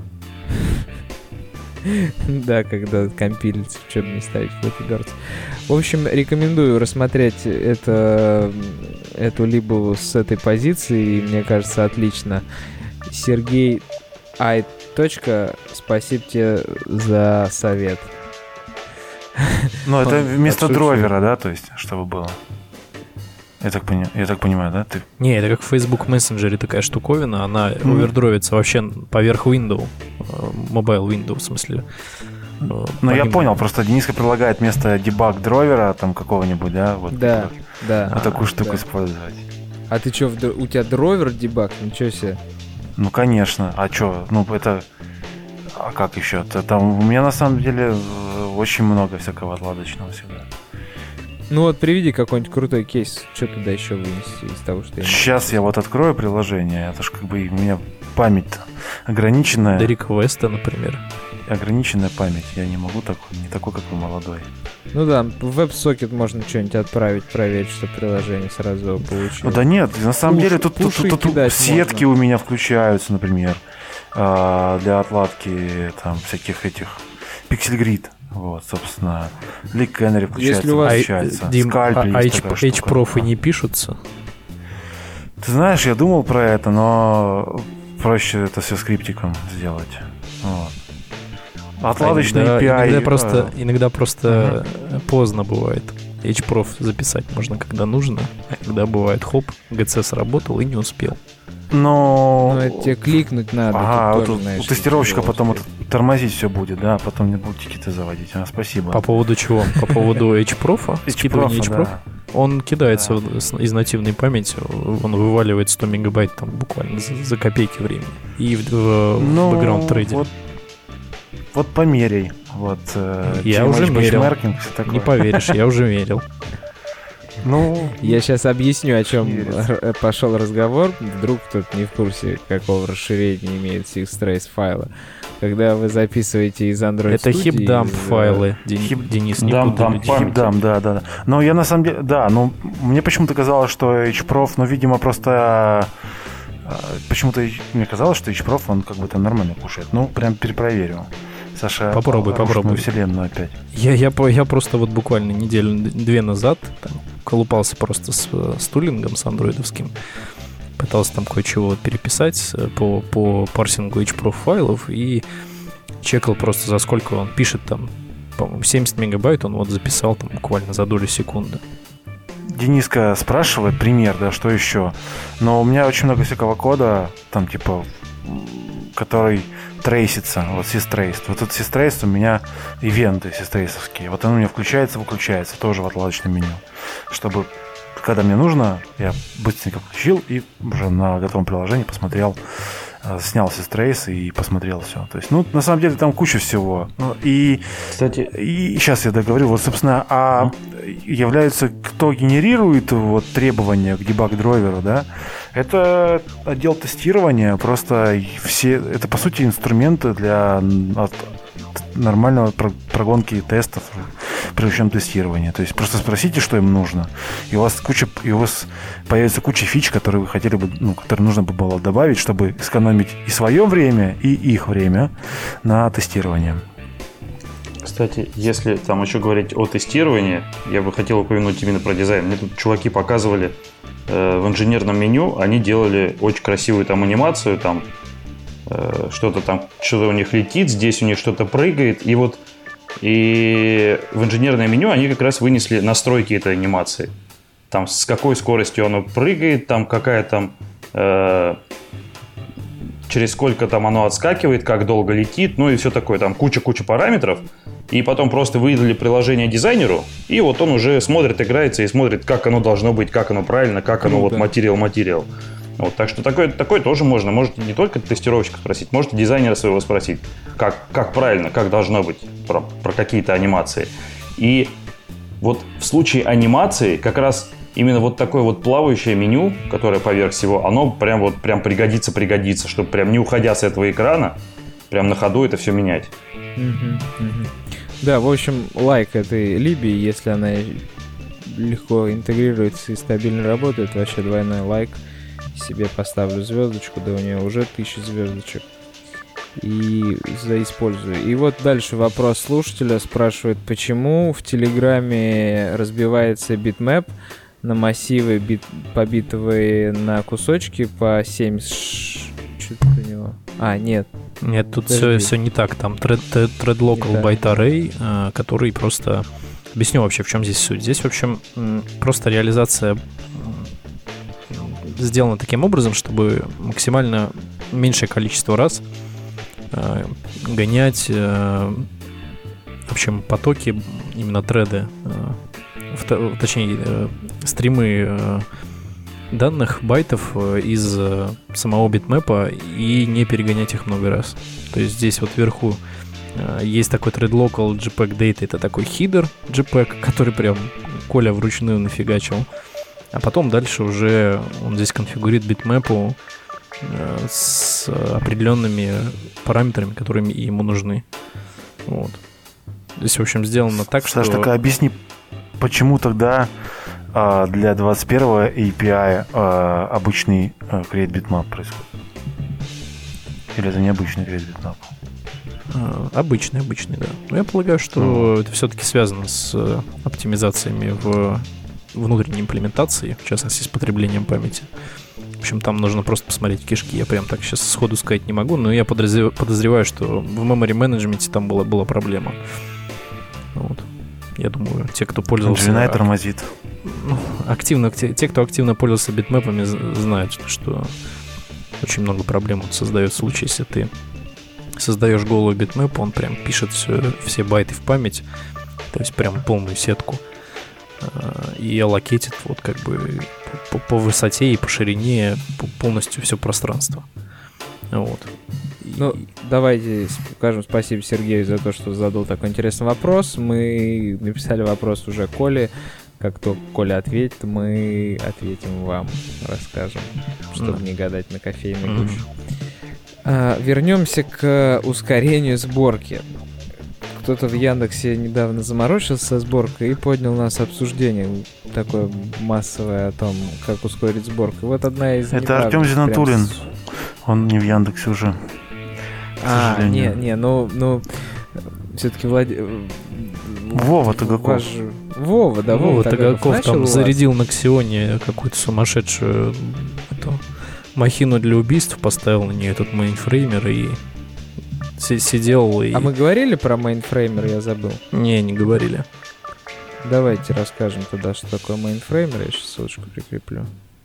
Да, когда компилится, что не ставить Flappy Birds. В общем, рекомендую рассмотреть это, эту либо с этой позиции, и мне кажется, отлично. Сергей Ай. Спасибо тебе за совет. Ну, это вместо дровера, да, то есть, чтобы было. Я так, пони... Я так понимаю, да? Ты... Не, это как в Facebook Messenger такая штуковина, она mm. овердровится вообще поверх Windows, Mobile Windows, в смысле. Ну, помимо... я понял, просто Дениска предлагает вместо дебаг дровера там какого-нибудь, да? Вот, да, вот, да. Вот такую штуку да. использовать. А ты что, у тебя дровер дебаг? Ничего себе. Ну, конечно. А что? Ну, это... А как еще? Там у меня на самом деле очень много всякого отладочного всегда. Ну вот приведи какой-нибудь крутой кейс, что туда еще вынести из того, что я... Сейчас я вот открою приложение, это ж как бы у меня память ограниченная. До реквеста, например. Ограниченная память, я не могу такой, не такой, как вы молодой. Ну да, в веб-сокет можно что-нибудь отправить, проверить, что приложение сразу его получило. Ну да нет, на самом Пуш, деле тут, тут, тут, тут сетки можно. У меня включаются, например, для отладки там всяких этих PixelGrid. Вот, собственно, Leak Canary включается, Если у вас... включается. Дим, Scalpel а H-профы не пишутся? Ты знаешь, я думал про это, но проще это все скриптиком сделать. Вот. Отладочный а иногда, эй пи ай. Иногда просто, иногда просто uh-huh. поздно бывает. H-проф записать можно, когда нужно, а когда бывает, хоп, джи си сработал и не успел. Но... Ну, это тебе кликнуть надо. Ага, вот тут, знаешь, у тестировщика потом это, тормозить все будет, да, потом не будут тикеты заводить. А, спасибо. По поводу чего? По поводу H-профа? Скидывание H-проф? Он кидается да. из нативной памяти, он вываливает сто мегабайт там буквально за, за копейки времени. И в, в, ну, в background трейде. Вот, вот померяй. Вот, я уже мерил. Не поверишь, я уже мерил. Ну, я сейчас объясню, о чем р- пошел разговор. Вдруг кто-то не в курсе, какого расширения имеет Sixtrace файла. Когда вы записываете из Android это Studio... Это хип-дамп из... файлы, Денис, Денис не путайте. Хип-дамп, да, да, да. Но я на самом деле, да, но мне почему-то казалось, что H-проф, ну, видимо, просто... Почему-то мне казалось, что H-проф, он как бы там нормально кушает. Ну, прям перепроверю. Саша, попробуй, попробуй. Вселенную опять. Я, я, я просто вот буквально неделю-две назад там, колупался просто с, с тулингом, с андроидовским. Пытался там кое-чего переписать по, по парсингу H-проф файлов и чекал просто, за сколько он пишет там. По-моему, семьдесят мегабайт он вот записал там буквально за долю секунды. Дениска спрашивает пример, да, что еще. Но у меня очень много всякого кода, там типа, который... трейсится, вот systrace. Вот этот systrace у меня ивенты систрейсовские. Вот он у меня включается, выключается, тоже в отладочном меню. Чтобы, когда мне нужно, я быстренько включил и уже на готовом приложении посмотрел, снял systrace и посмотрел все. То есть, ну, на самом деле там куча всего. Ну, и, кстати, и сейчас я договорю, вот, собственно, а является, кто генерирует вот требования к дебаг-драйверу, да, это отдел тестирования, просто все, это по сути инструменты для от, нормального прогонки тестов при всем тестировании. То есть просто спросите, что им нужно, и у вас куча, и у вас появится куча фич, которые вы хотели бы, ну, которые нужно бы было добавить, чтобы экономить и свое время, и их время на тестирование. Кстати, если там еще говорить о тестировании, я бы хотел упомянуть именно про дизайн. Мне тут чуваки показывали э, в инженерном меню, они делали очень красивую там анимацию, там э, что-то там, что-то у них летит, здесь у них что-то прыгает, и вот и в инженерное меню они как раз вынесли настройки этой анимации. Там с какой скоростью оно прыгает, там какая там э, через сколько там оно отскакивает, как долго летит, ну и все такое, там куча-куча параметров. И потом просто выдали приложение дизайнеру, и вот он уже смотрит, играется и смотрит, как оно должно быть, как оно правильно, как оно вот материал-материал. Вот, так что такое, такое тоже можно. Можете не только тестировщика спросить, можете дизайнера своего спросить, как, как правильно, как должно быть про, про какие-то анимации. И вот в случае анимации как раз именно вот такое вот плавающее меню, которое поверх всего, оно прям вот прям пригодится-пригодится, чтобы прям не уходя с этого экрана, прям на ходу это все менять. Угу, угу. Да, в общем, лайк этой Либии, если она легко интегрируется и стабильно работает, вообще двойной лайк. Себе поставлю звездочку, да у нее уже тысяча звездочек. И заиспользую. И вот дальше вопрос слушателя спрашивает, почему в Телеграме разбивается битмэп на массивы бит, побитовые на кусочки по семь. Что-то у него. А, нет. Нет, тут все, все не так. Там thread, thread local byte array, который просто... Объясню вообще, в чем здесь суть. Здесь, в общем, просто реализация сделано таким образом, чтобы максимально меньшее количество раз э, гонять э, в общем, потоки, именно треды, э, в, точнее, э, стримы э, данных байтов э, из э, самого битмэпа и не перегонять их много раз. То есть здесь вот вверху э, есть такой thread local jpeg data, это такой хидер jpeg, который прям Коля вручную нафигачил. А потом дальше уже он здесь конфигурирует битмэпу э, с определенными параметрами, которыми ему нужны. Вот. Здесь, в общем, сделано так, Саш, что... так объясни, почему тогда э, для двадцать первого эй пи ай э, обычный э, create bitmap происходит? Или это необычный create bitmap? Э, обычный, обычный, да. Но я полагаю, что mm. это все-таки связано с э, оптимизациями в... внутренней имплементации, в частности, с потреблением памяти. В общем, там нужно просто посмотреть кишки. Я прям так сейчас сходу сказать не могу, но я подозреваю, подозреваю что в memory management там была, была проблема. Вот. Я думаю, те, кто пользовался... Джи эн ай тормозит. Ну, активно, те, те, кто активно пользовался битмэпами, знают, что очень много проблем он создает в случае, если ты создаешь голую битмэп, он прям пишет все, все байты в память, то есть прям полную сетку. И аллокетит вот как бы по, по высоте и по ширине полностью все пространство. Вот. Ну, и... давайте скажем спасибо Сергею за то, что задал такой интересный вопрос. Мы написали вопрос уже Коле. Как только Коля ответит, мы ответим вам, расскажем, чтобы mm. не гадать на кофейной mm. гуще. А, вернемся к ускорению сборки. Кто-то в Яндексе недавно заморочился со сборкой и поднял у нас обсуждение такое массовое о том, как ускорить сборку. Вот одна из... Это Артем Зинатуллин. С... Он не в Яндексе уже. А, не, не, ну, ну все-таки Влад... Вова Тагаков. Ваш... Вова, да, Вова, Вова Тагаков там зарядил на Ксионе какую-то сумасшедшую эту, махину для убийств, поставил на нее этот мейнфреймер и сидел и... А мы говорили про мейнфреймер, я забыл. Не, не говорили. Давайте расскажем тогда, что такое мейнфреймер. Я сейчас ссылочку прикреплю.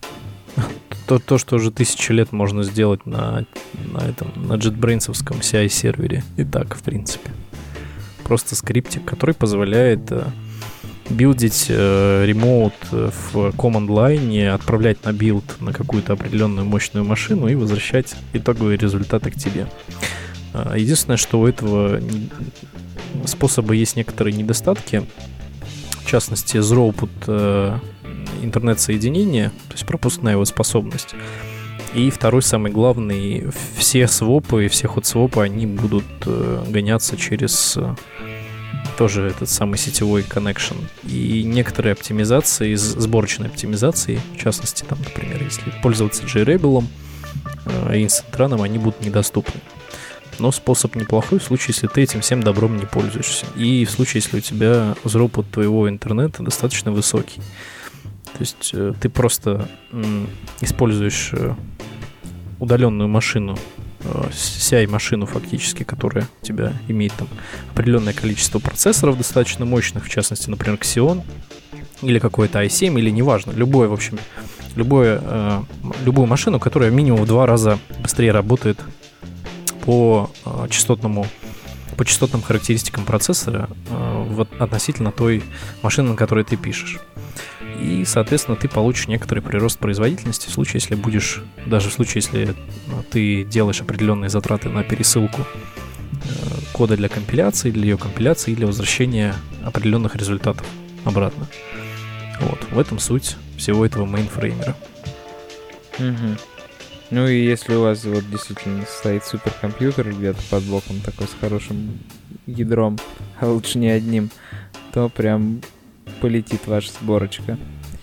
То, то, что уже тысячи лет можно сделать на, на этом, на JetBrains-овском си ай-сервере. И так, в принципе. Просто скриптик, который позволяет э, билдить э, ремоут в command line, отправлять на билд на какую-то определенную мощную машину и возвращать итоговые результаты к тебе. Э, единственное, что у этого способа есть некоторые недостатки. В частности, throughput э, интернет-соединения, то есть пропускная его способность. И второй, самый главный, все свопы, все ход-свопы, они будут э, гоняться через э, тоже этот самый сетевой connection. И некоторые оптимизации, сборочные оптимизации, в частности, там, например, если пользоваться JRebel э, и Instantron, они будут недоступны. Но способ неплохой в случае, если ты этим всем добром не пользуешься. И в случае, если у тебя throughput твоего интернета достаточно высокий. То есть э, ты просто м, используешь э, удаленную машину, э, си ай-машину фактически, которая у тебя имеет там определенное количество процессоров достаточно мощных, в частности, например, Xeon, или какой-то ай семь, или неважно, любой, в общем, любое, э, любую машину, которая минимум в два раза быстрее работает по э, частотному, по частотным характеристикам процессора э, вот, относительно той машины, на которой ты пишешь. И, соответственно, ты получишь некоторый прирост производительности в случае, если будешь, даже в случае, если ты делаешь определенные затраты на пересылку кода для компиляции, для ее компиляции и для возвращения определенных результатов обратно. Вот, в этом суть всего этого мейнфреймера. Угу. Ну и если у вас вот действительно стоит суперкомпьютер где-то под боком такой с хорошим ядром, а лучше не одним, то прям полетит ваша сборочка.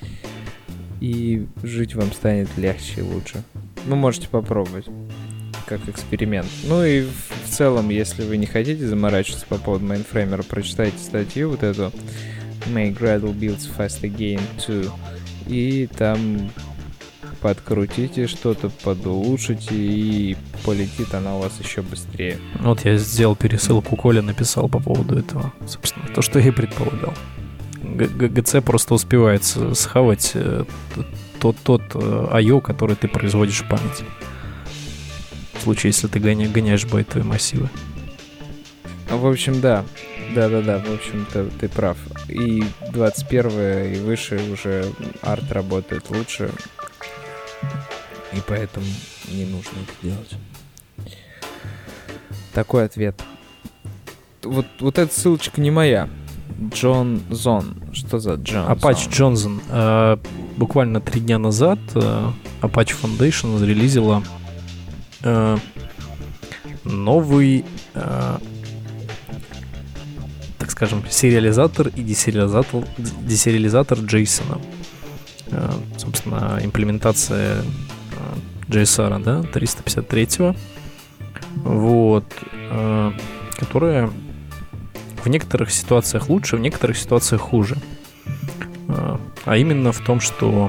И жить вам станет легче и лучше. Ну, можете попробовать. Как эксперимент. Ну и в, в целом, если вы не хотите заморачиваться по поводу мейнфреймера, прочитайте статью вот эту Make Gradle Builds Fast Again два, и там подкрутите что-то, подулучшите, и полетит она у вас еще быстрее. Вот я сделал пересылку, Коля написал по поводу этого. Собственно, то, что я и предполагал. ГЦ просто успевает схавать тот, тот ай о, который ты производишь в памяти. В случае, если ты гоня, гоняешь байтовые массивы. В общем, да. Да-да-да, в общем-то, ты прав. И двадцать первое и выше уже арт работает лучше. И поэтому не нужно это делать. Такой ответ. Вот, вот эта ссылочка не моя. Джон Зон. Что за Джон? Apache Johnson. А, буквально три дня назад а, Apache Foundation зарелизила а, новый, а, так скажем, сериализатор и десериализатор, десериализатор JSON. А, собственно, имплементация джей эс ар, да, триста пятьдесят третьего. Вот. А, которая в некоторых ситуациях лучше, в некоторых ситуациях хуже. А именно в том, что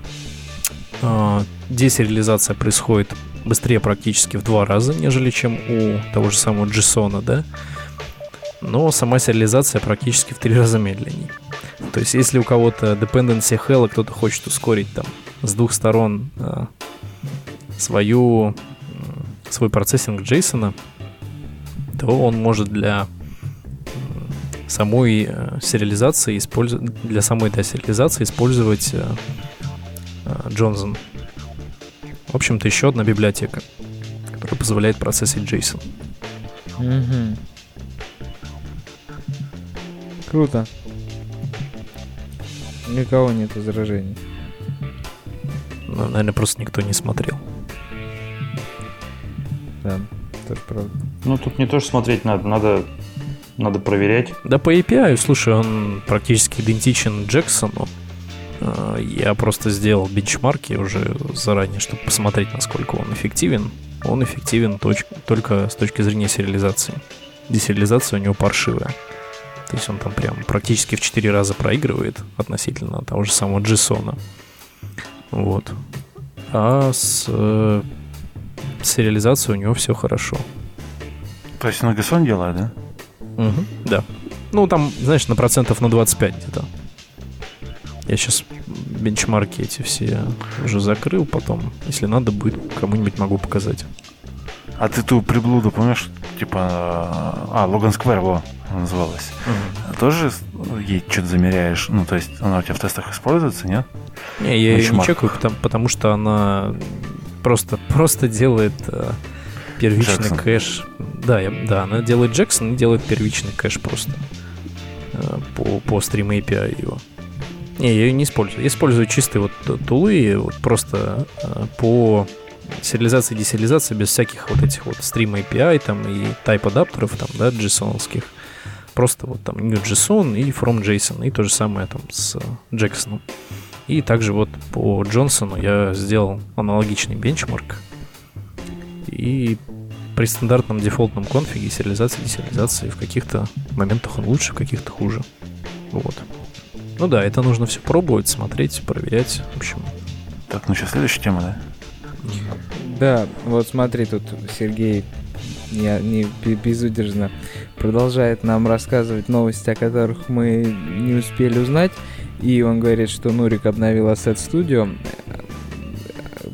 десериализация происходит быстрее практически в два раза, нежели чем у того же самого JSON, да? Но сама сериализация практически в три раза медленнее. То есть, если у кого-то dependency hell, кто-то хочет ускорить там с двух сторон свою, свой процессинг JSON, то он может для самой э, сериализации использовать для самой да, сериализации использовать э, э, Johnson. В общем-то, еще одна библиотека, которая позволяет процессить JSON. Mm-hmm. Круто. Никого нет возражений. Ну, наверное, просто никто не смотрел. Да, тоже правда. Ну, тут не то, что смотреть надо, надо Надо проверять. Да, по эй пи ай, слушай, он практически идентичен Джексону. Я просто сделал бенчмарки уже заранее, чтобы посмотреть, насколько он эффективен. Он эффективен точ- только с точки зрения сериализации. Десериализация у него паршивая. То есть он там прям практически в четыре раза проигрывает относительно того же самого JSON. Вот. А с э, сериализацией у него все хорошо. То есть он JSON делает, да? Угу, да. Ну, там, знаешь, на процентов на двадцать пять где-то. Я сейчас бенчмарки эти все уже закрыл, потом, если надо будет, кому-нибудь могу показать. А ты ту приблуду, помнишь, типа... А, Logan Square, во, называлась. Угу. Тоже ей что-то замеряешь? Ну, то есть она у тебя в тестах используется, нет? Не, я ее не чекаю, потому, потому что она просто, просто делает... Первичный Джексон. Кэш. Да, я, да, она делает Джексон и делает первичный кэш просто э, по, по стрим эй пи ай его. Не, я ее не использую. Я использую чистые вот тулы вот просто э, по сериализации и десериализации без всяких вот этих вот стрим эй пи ай там и type адаптеров там, да, JSON-овских. Просто вот там new JSON и from JSON и то же самое там с Джексоном. И также вот по Джонсону я сделал аналогичный бенчмарк. И при стандартном дефолтном конфиге сериализации и десериализации в каких-то моментах он лучше, в каких-то хуже. Вот. Ну да, это нужно все пробовать, смотреть, проверять. В общем. Так, ну сейчас следующая тема, да? Да, вот смотри, тут Сергей не, не безудержно продолжает нам рассказывать новости, о которых мы не успели узнать. И он говорит, что Нурик обновил Asset Studio.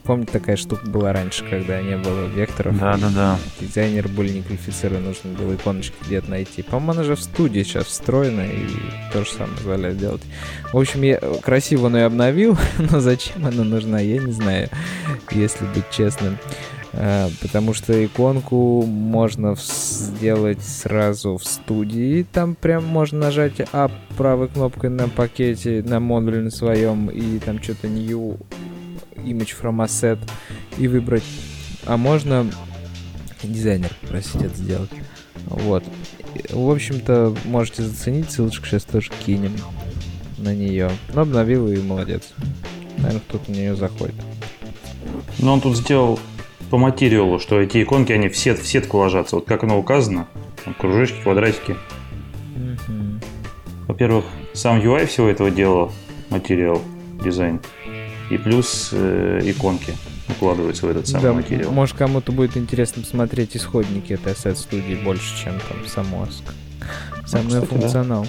помните, такая штука была раньше, когда не было векторов. Да, да, да. Дизайнеры были не квалифицированы, нужно было иконочки где-то найти. По-моему, она же в студии сейчас встроена и то же самое позволяет делать. В общем, я красиво она и обновил, но зачем она нужна, я не знаю, если быть честным. А, потому что иконку можно в- сделать сразу в студии. Там прям можно нажать Up правой кнопкой на пакете, на модуле на своем, и там что-то New Image from Asset и выбрать. А можно дизайнер просить это сделать. Вот. В общем-то, можете заценить, ссылочку сейчас тоже кинем на нее. Но обновил и молодец. Наверное, кто-то на нее заходит. Но он тут сделал по материалу, что эти иконки, они в, сет, в сетку ложатся. Вот как оно указано. Там кружочки, квадратики. Мгм. Во-первых, сам ю ай всего этого дела, материал, дизайн. И плюс э, иконки укладываются в этот самый Да, материал. может, кому-то будет интересно посмотреть исходники этой ассет-студии больше, чем там сам ОСК. Сам кстати, функционал.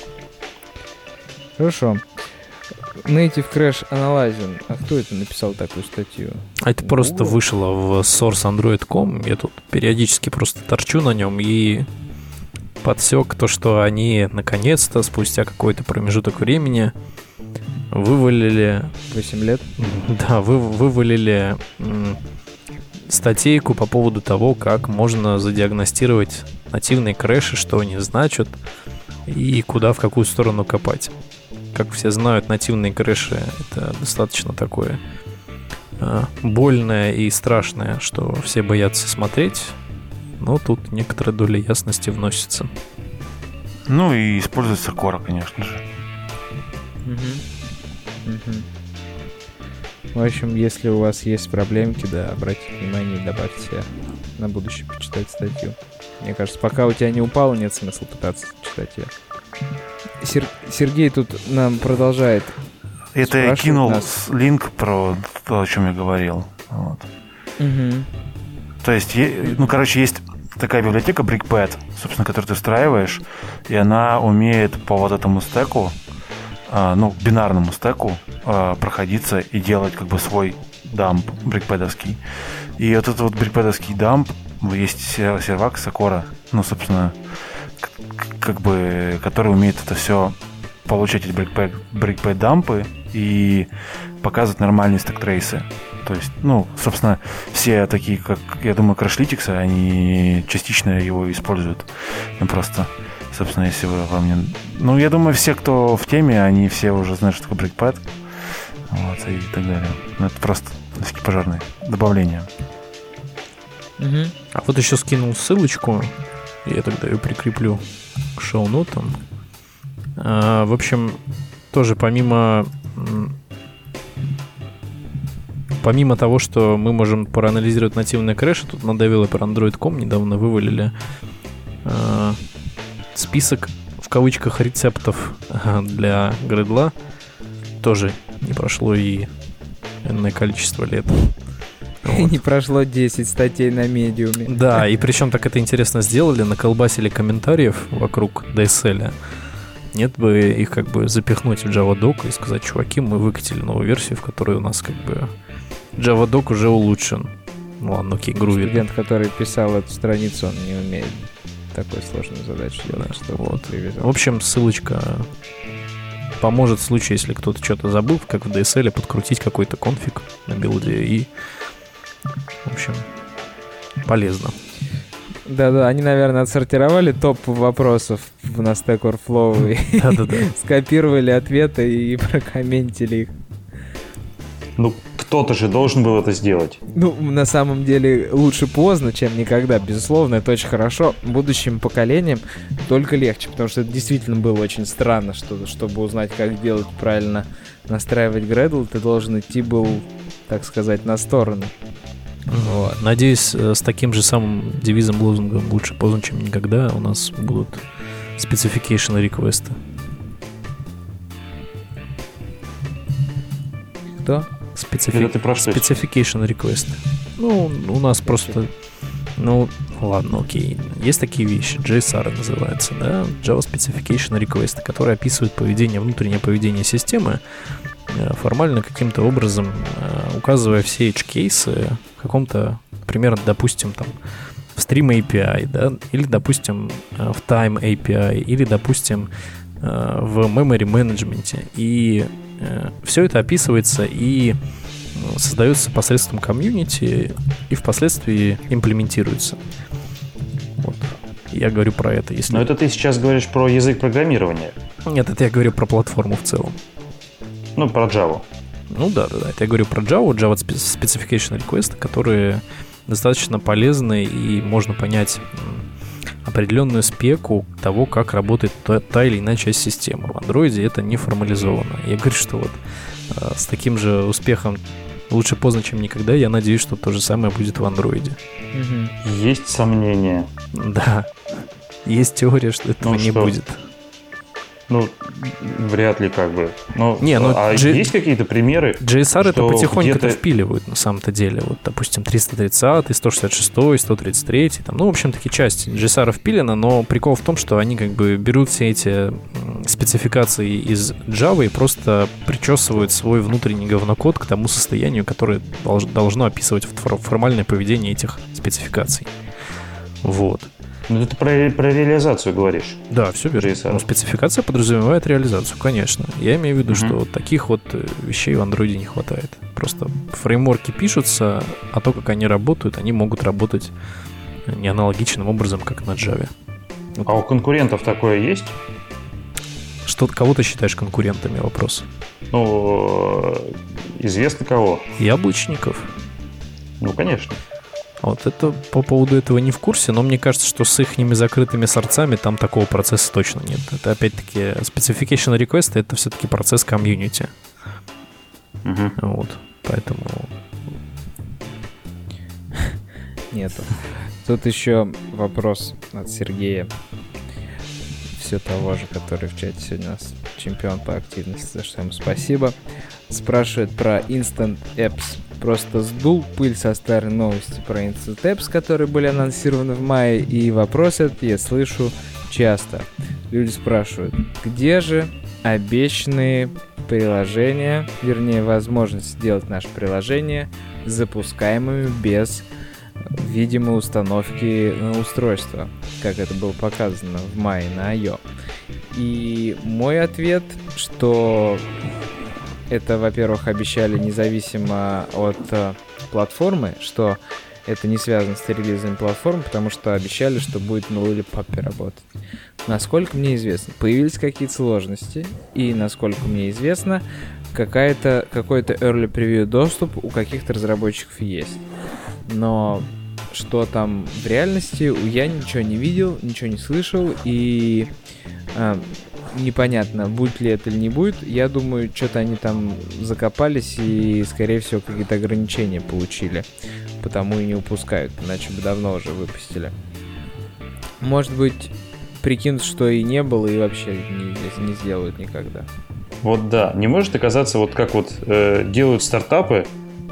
Хорошо. Native Crash Analyzing. А кто это написал такую статью? А это просто Google? вышло в source android точка com. Я тут периодически просто торчу на нем и подсек то, что они наконец-то, спустя какой-то промежуток времени, вывалили, восемь лет? да, вы, вывалили м, статейку по поводу того, как можно задиагностировать нативные крэши, что они значат и куда, в какую сторону копать. Как все знают, нативные крэши — это достаточно такое а, больное и страшное, что все боятся смотреть, но тут некоторая доля ясности вносится. Ну и используется Кора, конечно же. Мгм. Мгм. В общем, если у вас есть проблемки, да, обратите внимание и добавьте себе на будущее почитать статью. Мне кажется, пока у тебя не упало, нет смысла пытаться читать ее. Сер- Сергей тут нам продолжает. Это я Спрашивают кинул нас. с- линк про то, о чем я говорил. Вот. Мгм. То есть, е- ну, короче, есть такая библиотека BrickPad, собственно, которую ты встраиваешь, и она умеет по вот этому стеку, а, ну, бинарному стеку а, проходиться и делать как бы свой дамп брикпэдовский. И вот этот вот брикпэдовский дамп, есть сер- сервак Sakura, ну, собственно, к- к- как бы, который умеет это все получать эти брикпэд, брикпэд дампы и показывать нормальные стек-трейсы. То есть, ну, собственно, все такие, как, я думаю, Crashlytics, они частично его используют. Ну, просто, собственно, если вы вам не... Ну, я думаю, все, кто в теме, они все уже знают, что такое брикпэд. Вот, и так далее. Ну, это просто такие пожарные добавления. Мгм. А вот еще скинул ссылочку, я тогда ее прикреплю к шоу-нотам. А, в общем, тоже помимо м, помимо того, что мы можем проанализировать нативные крэши, тут на developer android точка com недавно вывалили а, список в кавычках рецептов а, для Gradle. Тоже не прошло и энное количество лет. Вот. Не прошло десять статей на медиуме. Да, и причем так это интересно сделали, наколбасили комментариев вокруг ди эс эл. Нет бы их как бы запихнуть в JavaDoc и сказать: чуваки, мы выкатили новую версию, в которой у нас как бы JavaDoc уже улучшен. Ну ладно, окей, грувит. Студент, который писал эту страницу, он не умеет такую сложную задачу делать, что Вот. привязал. В общем, ссылочка поможет в случае, если кто-то что-то забыл, как в ди эс эл подкрутить какой-то конфиг на билде и, в общем, полезно. Да-да, они, наверное, отсортировали топ вопросов на Stack Overflow и Да-да-да. скопировали ответы и прокомментили их. Ну, кто-то же должен был это сделать. Ну, на самом деле, лучше поздно, чем никогда. Безусловно, это очень хорошо. Будущим поколениям только легче, потому что это действительно было очень странно, что, чтобы узнать, как делать правильно, настраивать Gradle, ты должен идти был, так сказать, на сторону. Вот. Надеюсь, э, с таким же самым девизом, лозунгом «лучше поздно, чем никогда» у нас будут specification реквесты. Кто? Специфи... Это ты про что? Specification реквесты. Ну, у нас просто... Ну, ладно, окей. Есть такие вещи, джей эс ар называется, да? Java Specification Request, которые описывают поведение, внутреннее поведение системы формально каким-то образом, указывая все edge-кейсы в каком-то, например, допустим, там, в Stream эй пи ай, да, или, допустим, в Time эй пи ай, или, допустим, в Memory Management. И все это описывается и создается посредством комьюнити и впоследствии имплементируется. Вот. Я говорю про это. Если... Но это ты сейчас говоришь про язык программирования. Нет, это я говорю про платформу в целом. Ну, про Java. Ну да, да, да. Это я говорю про Java, Java Specification Request, которые достаточно полезны, и можно понять определенную спеку того, как работает та, та или иная часть системы. В Android это не формализовано. Я говорю, что вот э, с таким же успехом лучше поздно, чем никогда. Я надеюсь, что то же самое будет в Android. Угу. Есть сомнения. Да. Есть теория, что этого ну, не что? будет. Ну, вряд ли как бы. Но, не, ну, а G... есть какие-то примеры? джей эс ар это потихоньку-то впиливают на самом-то деле. Вот, допустим, триста тридцать, сто шестьдесят шесть, сто тридцать три. Там, ну, в общем, такие части джей эс ар впилено, но прикол в том, что они как бы берут все эти спецификации из Java и просто причесывают свой внутренний говнокод к тому состоянию, которое должно описывать формальное поведение этих спецификаций. Вот. Ну, ты про, про реализацию говоришь. Да, все верно. Ну, спецификация подразумевает реализацию, конечно. Я имею в виду, uh-huh. что вот таких вот вещей в Android не хватает. Просто фреймворки пишутся, а то, как они работают, они могут работать не аналогичным образом, как на Java. Вот. А у конкурентов такое есть? Что, кого ты считаешь конкурентами? Вопрос. Ну, известно кого. Яблочников. Ну, конечно. Вот это по поводу этого не в курсе, но мне кажется, что с их закрытыми сорцами там такого процесса точно нет. Это опять-таки specification request, это все-таки процесс комьюнити. Угу. Вот, поэтому... Нету. Тут еще вопрос от Сергея. Все того же, который в чате сегодня у нас чемпион по активности, за что ему спасибо. Спрашивает про Instant Apps. Просто сдул пыль со старой новости про Instant Apps, которые были анонсированы в мае, и вопрос этот я слышу часто. Люди спрашивают, где же обещанные приложения, вернее, возможность сделать наше приложение запускаемыми без видимой установки на устройство, как это было показано в мае на ай о. И мой ответ, что это, во-первых, обещали независимо от э, платформы, что это не связано с релизом платформы, потому что обещали, что будет на Lollipop работать. Насколько мне известно, появились какие-то сложности, и, насколько мне известно, какая-то, какой-то early preview доступ у каких-то разработчиков есть. Но что там в реальности, я ничего не видел, ничего не слышал, и э, непонятно, будет ли это или не будет. Я думаю, что-то они там закопались и, скорее всего, какие-то ограничения получили, потому и не выпускают, иначе бы давно уже выпустили. Может быть, прикинут, что и не было, и вообще не, не сделают никогда. Вот да, не может оказаться вот как вот э, делают стартапы,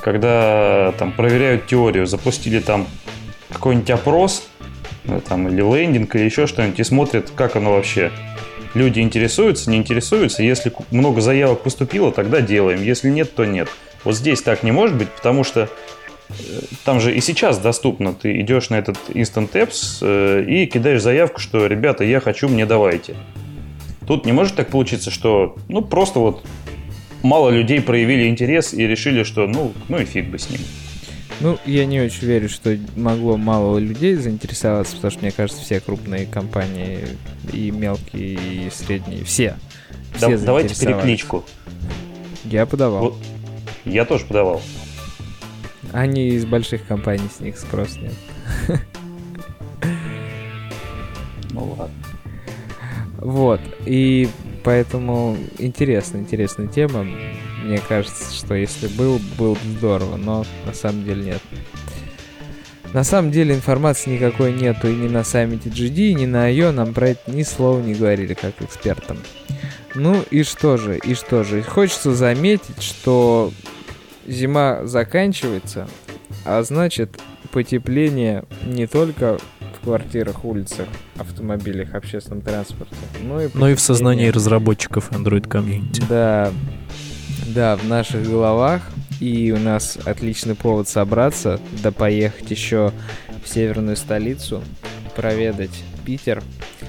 когда там проверяют теорию, запустили там какой-нибудь опрос, там, или лендинг, или еще что-нибудь, и смотрят, как оно вообще. Люди интересуются, не интересуются. Если много заявок поступило, тогда делаем. Если нет, то нет. Вот здесь так не может быть, потому что там же и сейчас доступно. Ты идешь на этот Instant Apps э, и кидаешь заявку, что, ребята, я хочу, мне давайте. Тут не может так получиться, что ну просто вот мало людей проявили интерес и решили, что ну, ну и фиг бы с ним. Ну, я не очень верю, что могло мало людей заинтересоваться, потому что, мне кажется, все крупные компании, и мелкие, и средние, все, все да, давайте перекличку. Я подавал. Вот, я тоже подавал. Они из больших компаний, с них спрос нет. Ну ладно. Вот, и поэтому интересная, интересная тема. Мне кажется, что если был, было бы здорово, но на самом деле нет. На самом деле информации никакой нету и ни на саммите джи ди, ни на ай о нам про это ни слова не говорили, как экспертам. Ну и что же, и что же. Хочется заметить, что зима заканчивается, а значит потепление не только в квартирах, улицах, автомобилях, общественном транспорте, но и, но и в сознании разработчиков Android Community. Да. Да, в наших головах. И у нас отличный повод собраться, да поехать еще в северную столицу, проведать Питер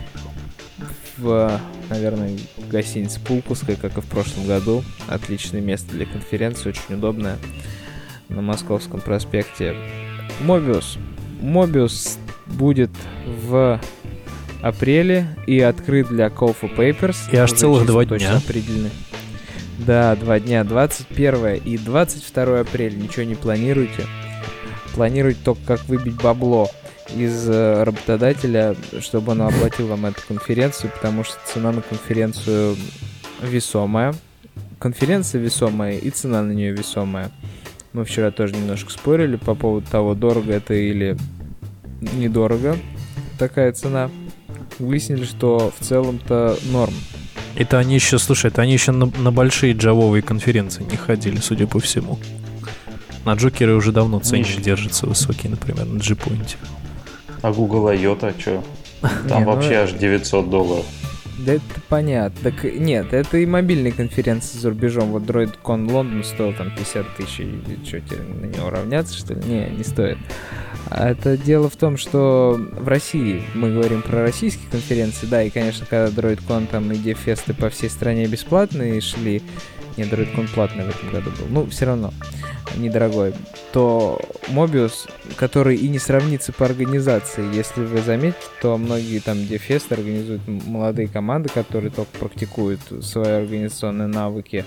в, наверное, гостинице Пулковская, как и в прошлом году. Отличное место для конференции, очень удобное, на Московском проспекте. Mobius. Mobius будет в апреле и открыт для Call for Papers. И аж целых два дня. Определены. Да, два дня, двадцать первое и двадцать второе апреля. Ничего не планируйте. Планируйте только, как выбить бабло из э, работодателя, чтобы он оплатил вам эту конференцию, потому что цена на конференцию весомая. Конференция весомая и цена на нее весомая. Мы вчера тоже немножко спорили по поводу того, дорого это или недорого такая цена. Выяснили, что в целом-то норм. Это они еще, слушай, это они еще на, на большие джавовые конференции не ходили, судя по всему. На Джокеры уже давно ценник держится высокий, например, на G-Point. А Google I O T, что? Там Не, вообще ну... аж девятьсот долларов. Да это понятно. Так нет, это и мобильные конференции за рубежом. Вот DroidCon Лондон стоил там пятьдесят тысяч. И что, теперь на него равняться, что ли? Не, не стоит. А это дело в том, что в России, мы говорим про российские конференции, да, и, конечно, когда DroidCon там и DevFest по всей стране бесплатные шли, не, DroidCon платный в этом году был, ну, все равно недорогой, то Mobius, который и не сравнится по организации, если вы заметите, то многие там DevFest организуют молодые команды, которые только практикуют свои организационные навыки,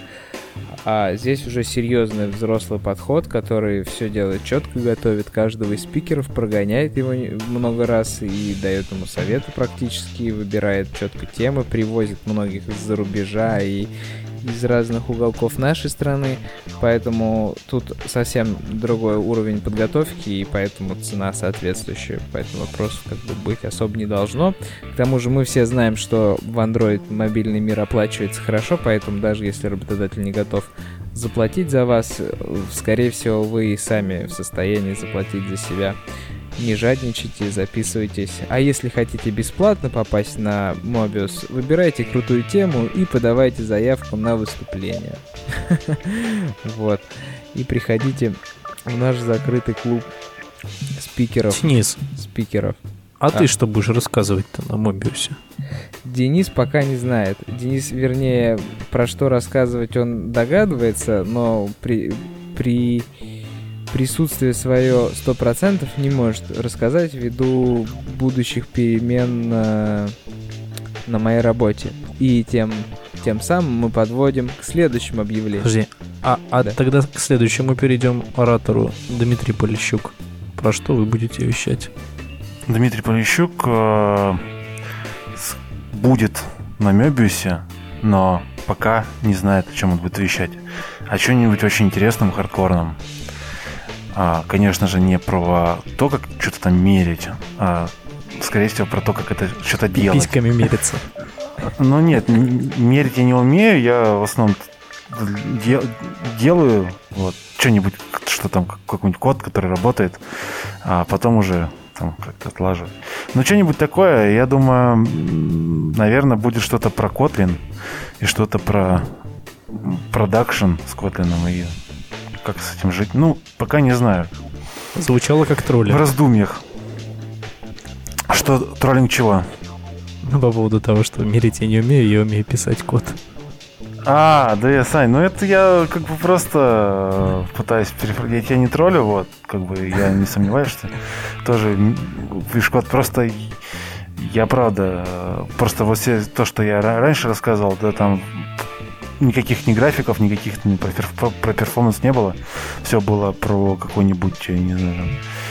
а здесь уже серьезный взрослый подход, который все делает четко, готовит каждого из спикеров, прогоняет его много раз и дает ему советы практически, выбирает четко темы, привозит многих из-за рубежа и из разных уголков нашей страны, поэтому тут совсем другой уровень подготовки, и поэтому цена соответствующая, поэтому вопросов как бы быть особо не должно. К тому же мы все знаем, что в Android мобильный мир оплачивается хорошо, поэтому даже если работодатель не готов заплатить за вас, скорее всего, вы и сами в состоянии заплатить за себя. Не жадничайте, записывайтесь. А если хотите бесплатно попасть на Mobius, выбирайте крутую тему и подавайте заявку на выступление. Вот. И приходите в наш закрытый клуб спикеров. Денис, спикеров. А, а ты что будешь рассказывать-то на Mobius? Денис пока не знает. Денис, вернее, про что рассказывать он догадывается, но при... при... присутствие свое сто процентов не может рассказать ввиду будущих перемен на, на моей работе. И тем, тем самым мы подводим к следующему объявлению. Подожди, а, а да. Тогда к следующему перейдем оратору. Дмитрий Полищук. Про что вы будете вещать? Дмитрий Полищук э, с, будет на Мёбиусе, но пока не знает, о чем он будет вещать. О чем-нибудь очень интересном, хардкорном. А, конечно же, не про то, как что-то там мерить, а, скорее всего, про то, как это что-то делать. Письками мериться. Ну нет, мерить я не умею, я в основном де- делаю вот, что-нибудь, что там, какой-нибудь код, который работает, а потом уже там как-то отлаживаю. Ну, что-нибудь такое, я думаю, наверное, будет что-то про Kotlin и что-то про продакшн с Kotlin и как с этим жить? Ну, пока не знаю. Звучало как троллинг. В раздумьях. Что, троллинг чего? Ну, по поводу того, что мерить я не умею, я умею писать код. А, да я, Сань, ну это я как бы просто пытаюсь перефразировать. Я тебя не троллю, вот, как бы я не сомневаюсь, что тоже пишешь код. Просто я правда, просто вот все то, что я раньше рассказывал, да, там никаких ни графиков, никаких ни про, про, про перформанс не было. Все было про какой-нибудь, я не знаю,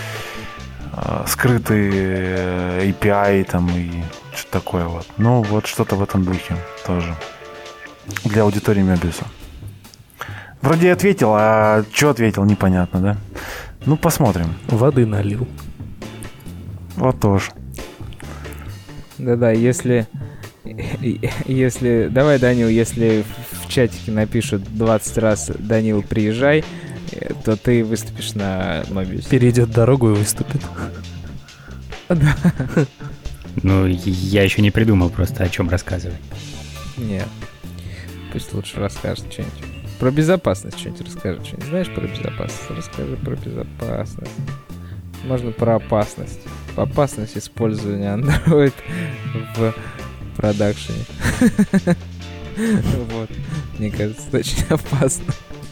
там, скрытый эй пи ай там и что-то такое вот. Ну, вот что-то в этом духе тоже. Для аудитории Мёбиуса. Вроде я ответил, а что ответил, непонятно, да? Ну, посмотрим. Воды налил. Вот тоже. Да-да, если... Если... Давай, Данил, если в чатике напишут двадцать раз «Данил, приезжай», то ты выступишь на Mobius. Перейдет дорогу и выступит. Да. Ну, я еще не придумал просто, о чем рассказывать. Нет. Пусть лучше расскажет что-нибудь. Про безопасность что-нибудь расскажи. Что-нибудь знаешь про безопасность? Расскажи про безопасность. Можно про опасность. Опасность использования Android в продакшене. Вот. Мне кажется, это очень опасно.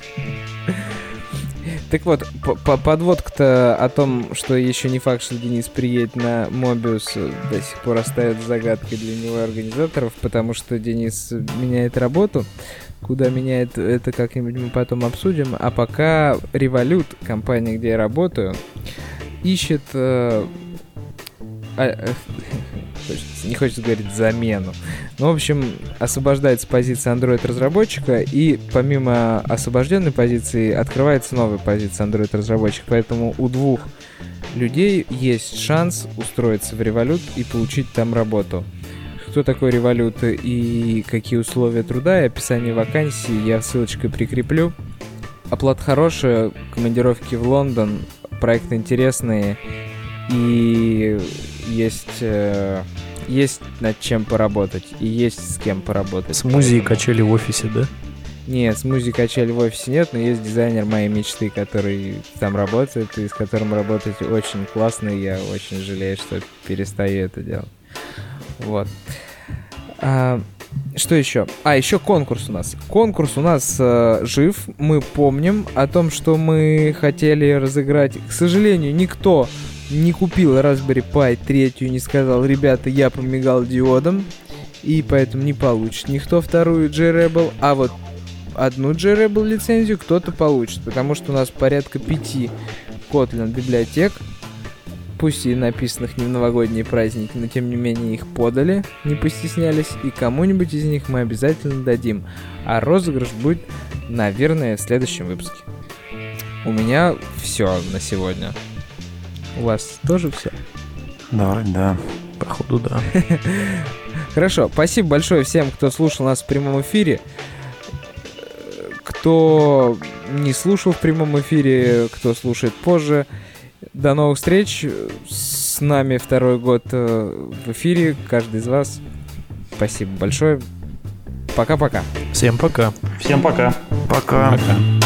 Так вот, подводка-то о том, что еще не факт, что Денис приедет на Mobius, до сих пор остается загадкой для него и организаторов, потому что Денис меняет работу. Куда меняет, это как-нибудь мы потом обсудим. А пока Revolut, компания, где я работаю, ищет... Э, э, не хочется говорить замену. Ну, в общем, освобождается позиция Android-разработчика, и помимо освобожденной позиции открывается новая позиция Android-разработчика. Поэтому у двух людей есть шанс устроиться в Revolut и получить там работу. Кто такой Revolut и какие условия труда и описание вакансии я ссылочкой прикреплю. Оплата хорошая, командировки в Лондон, проекты интересные и есть... Э, есть над чем поработать и есть с кем поработать. Смузи и качели в офисе, да? Нет, смузи и качели в офисе нет, но есть дизайнер моей мечты, который там работает и с которым работать очень классно, и я очень жалею, что перестаю это делать. Вот. А, что еще? А, еще конкурс у нас. Конкурс у нас э, жив. Мы помним о том, что мы хотели разыграть. К сожалению, никто не купил Raspberry Pi третью, не сказал: ребята, я помигал диодом, и поэтому не получит никто вторую J-Rebel, а вот одну J-Rebel лицензию кто-то получит, потому что у нас порядка пяти Kotlin библиотек, пусть и написанных не в новогодние праздники, но тем не менее их подали, не постеснялись, и кому-нибудь из них мы обязательно дадим. А розыгрыш будет, наверное, в следующем выпуске. У меня все на сегодня. У вас тоже все? Да, вроде да. Походу, да. Хорошо, спасибо большое всем, кто слушал нас в прямом эфире. Кто не слушал в прямом эфире, кто слушает позже. До новых встреч. С нами второй год в эфире. Каждый из вас. Спасибо большое. Пока-пока. Всем пока. Всем пока. Пока. Пока.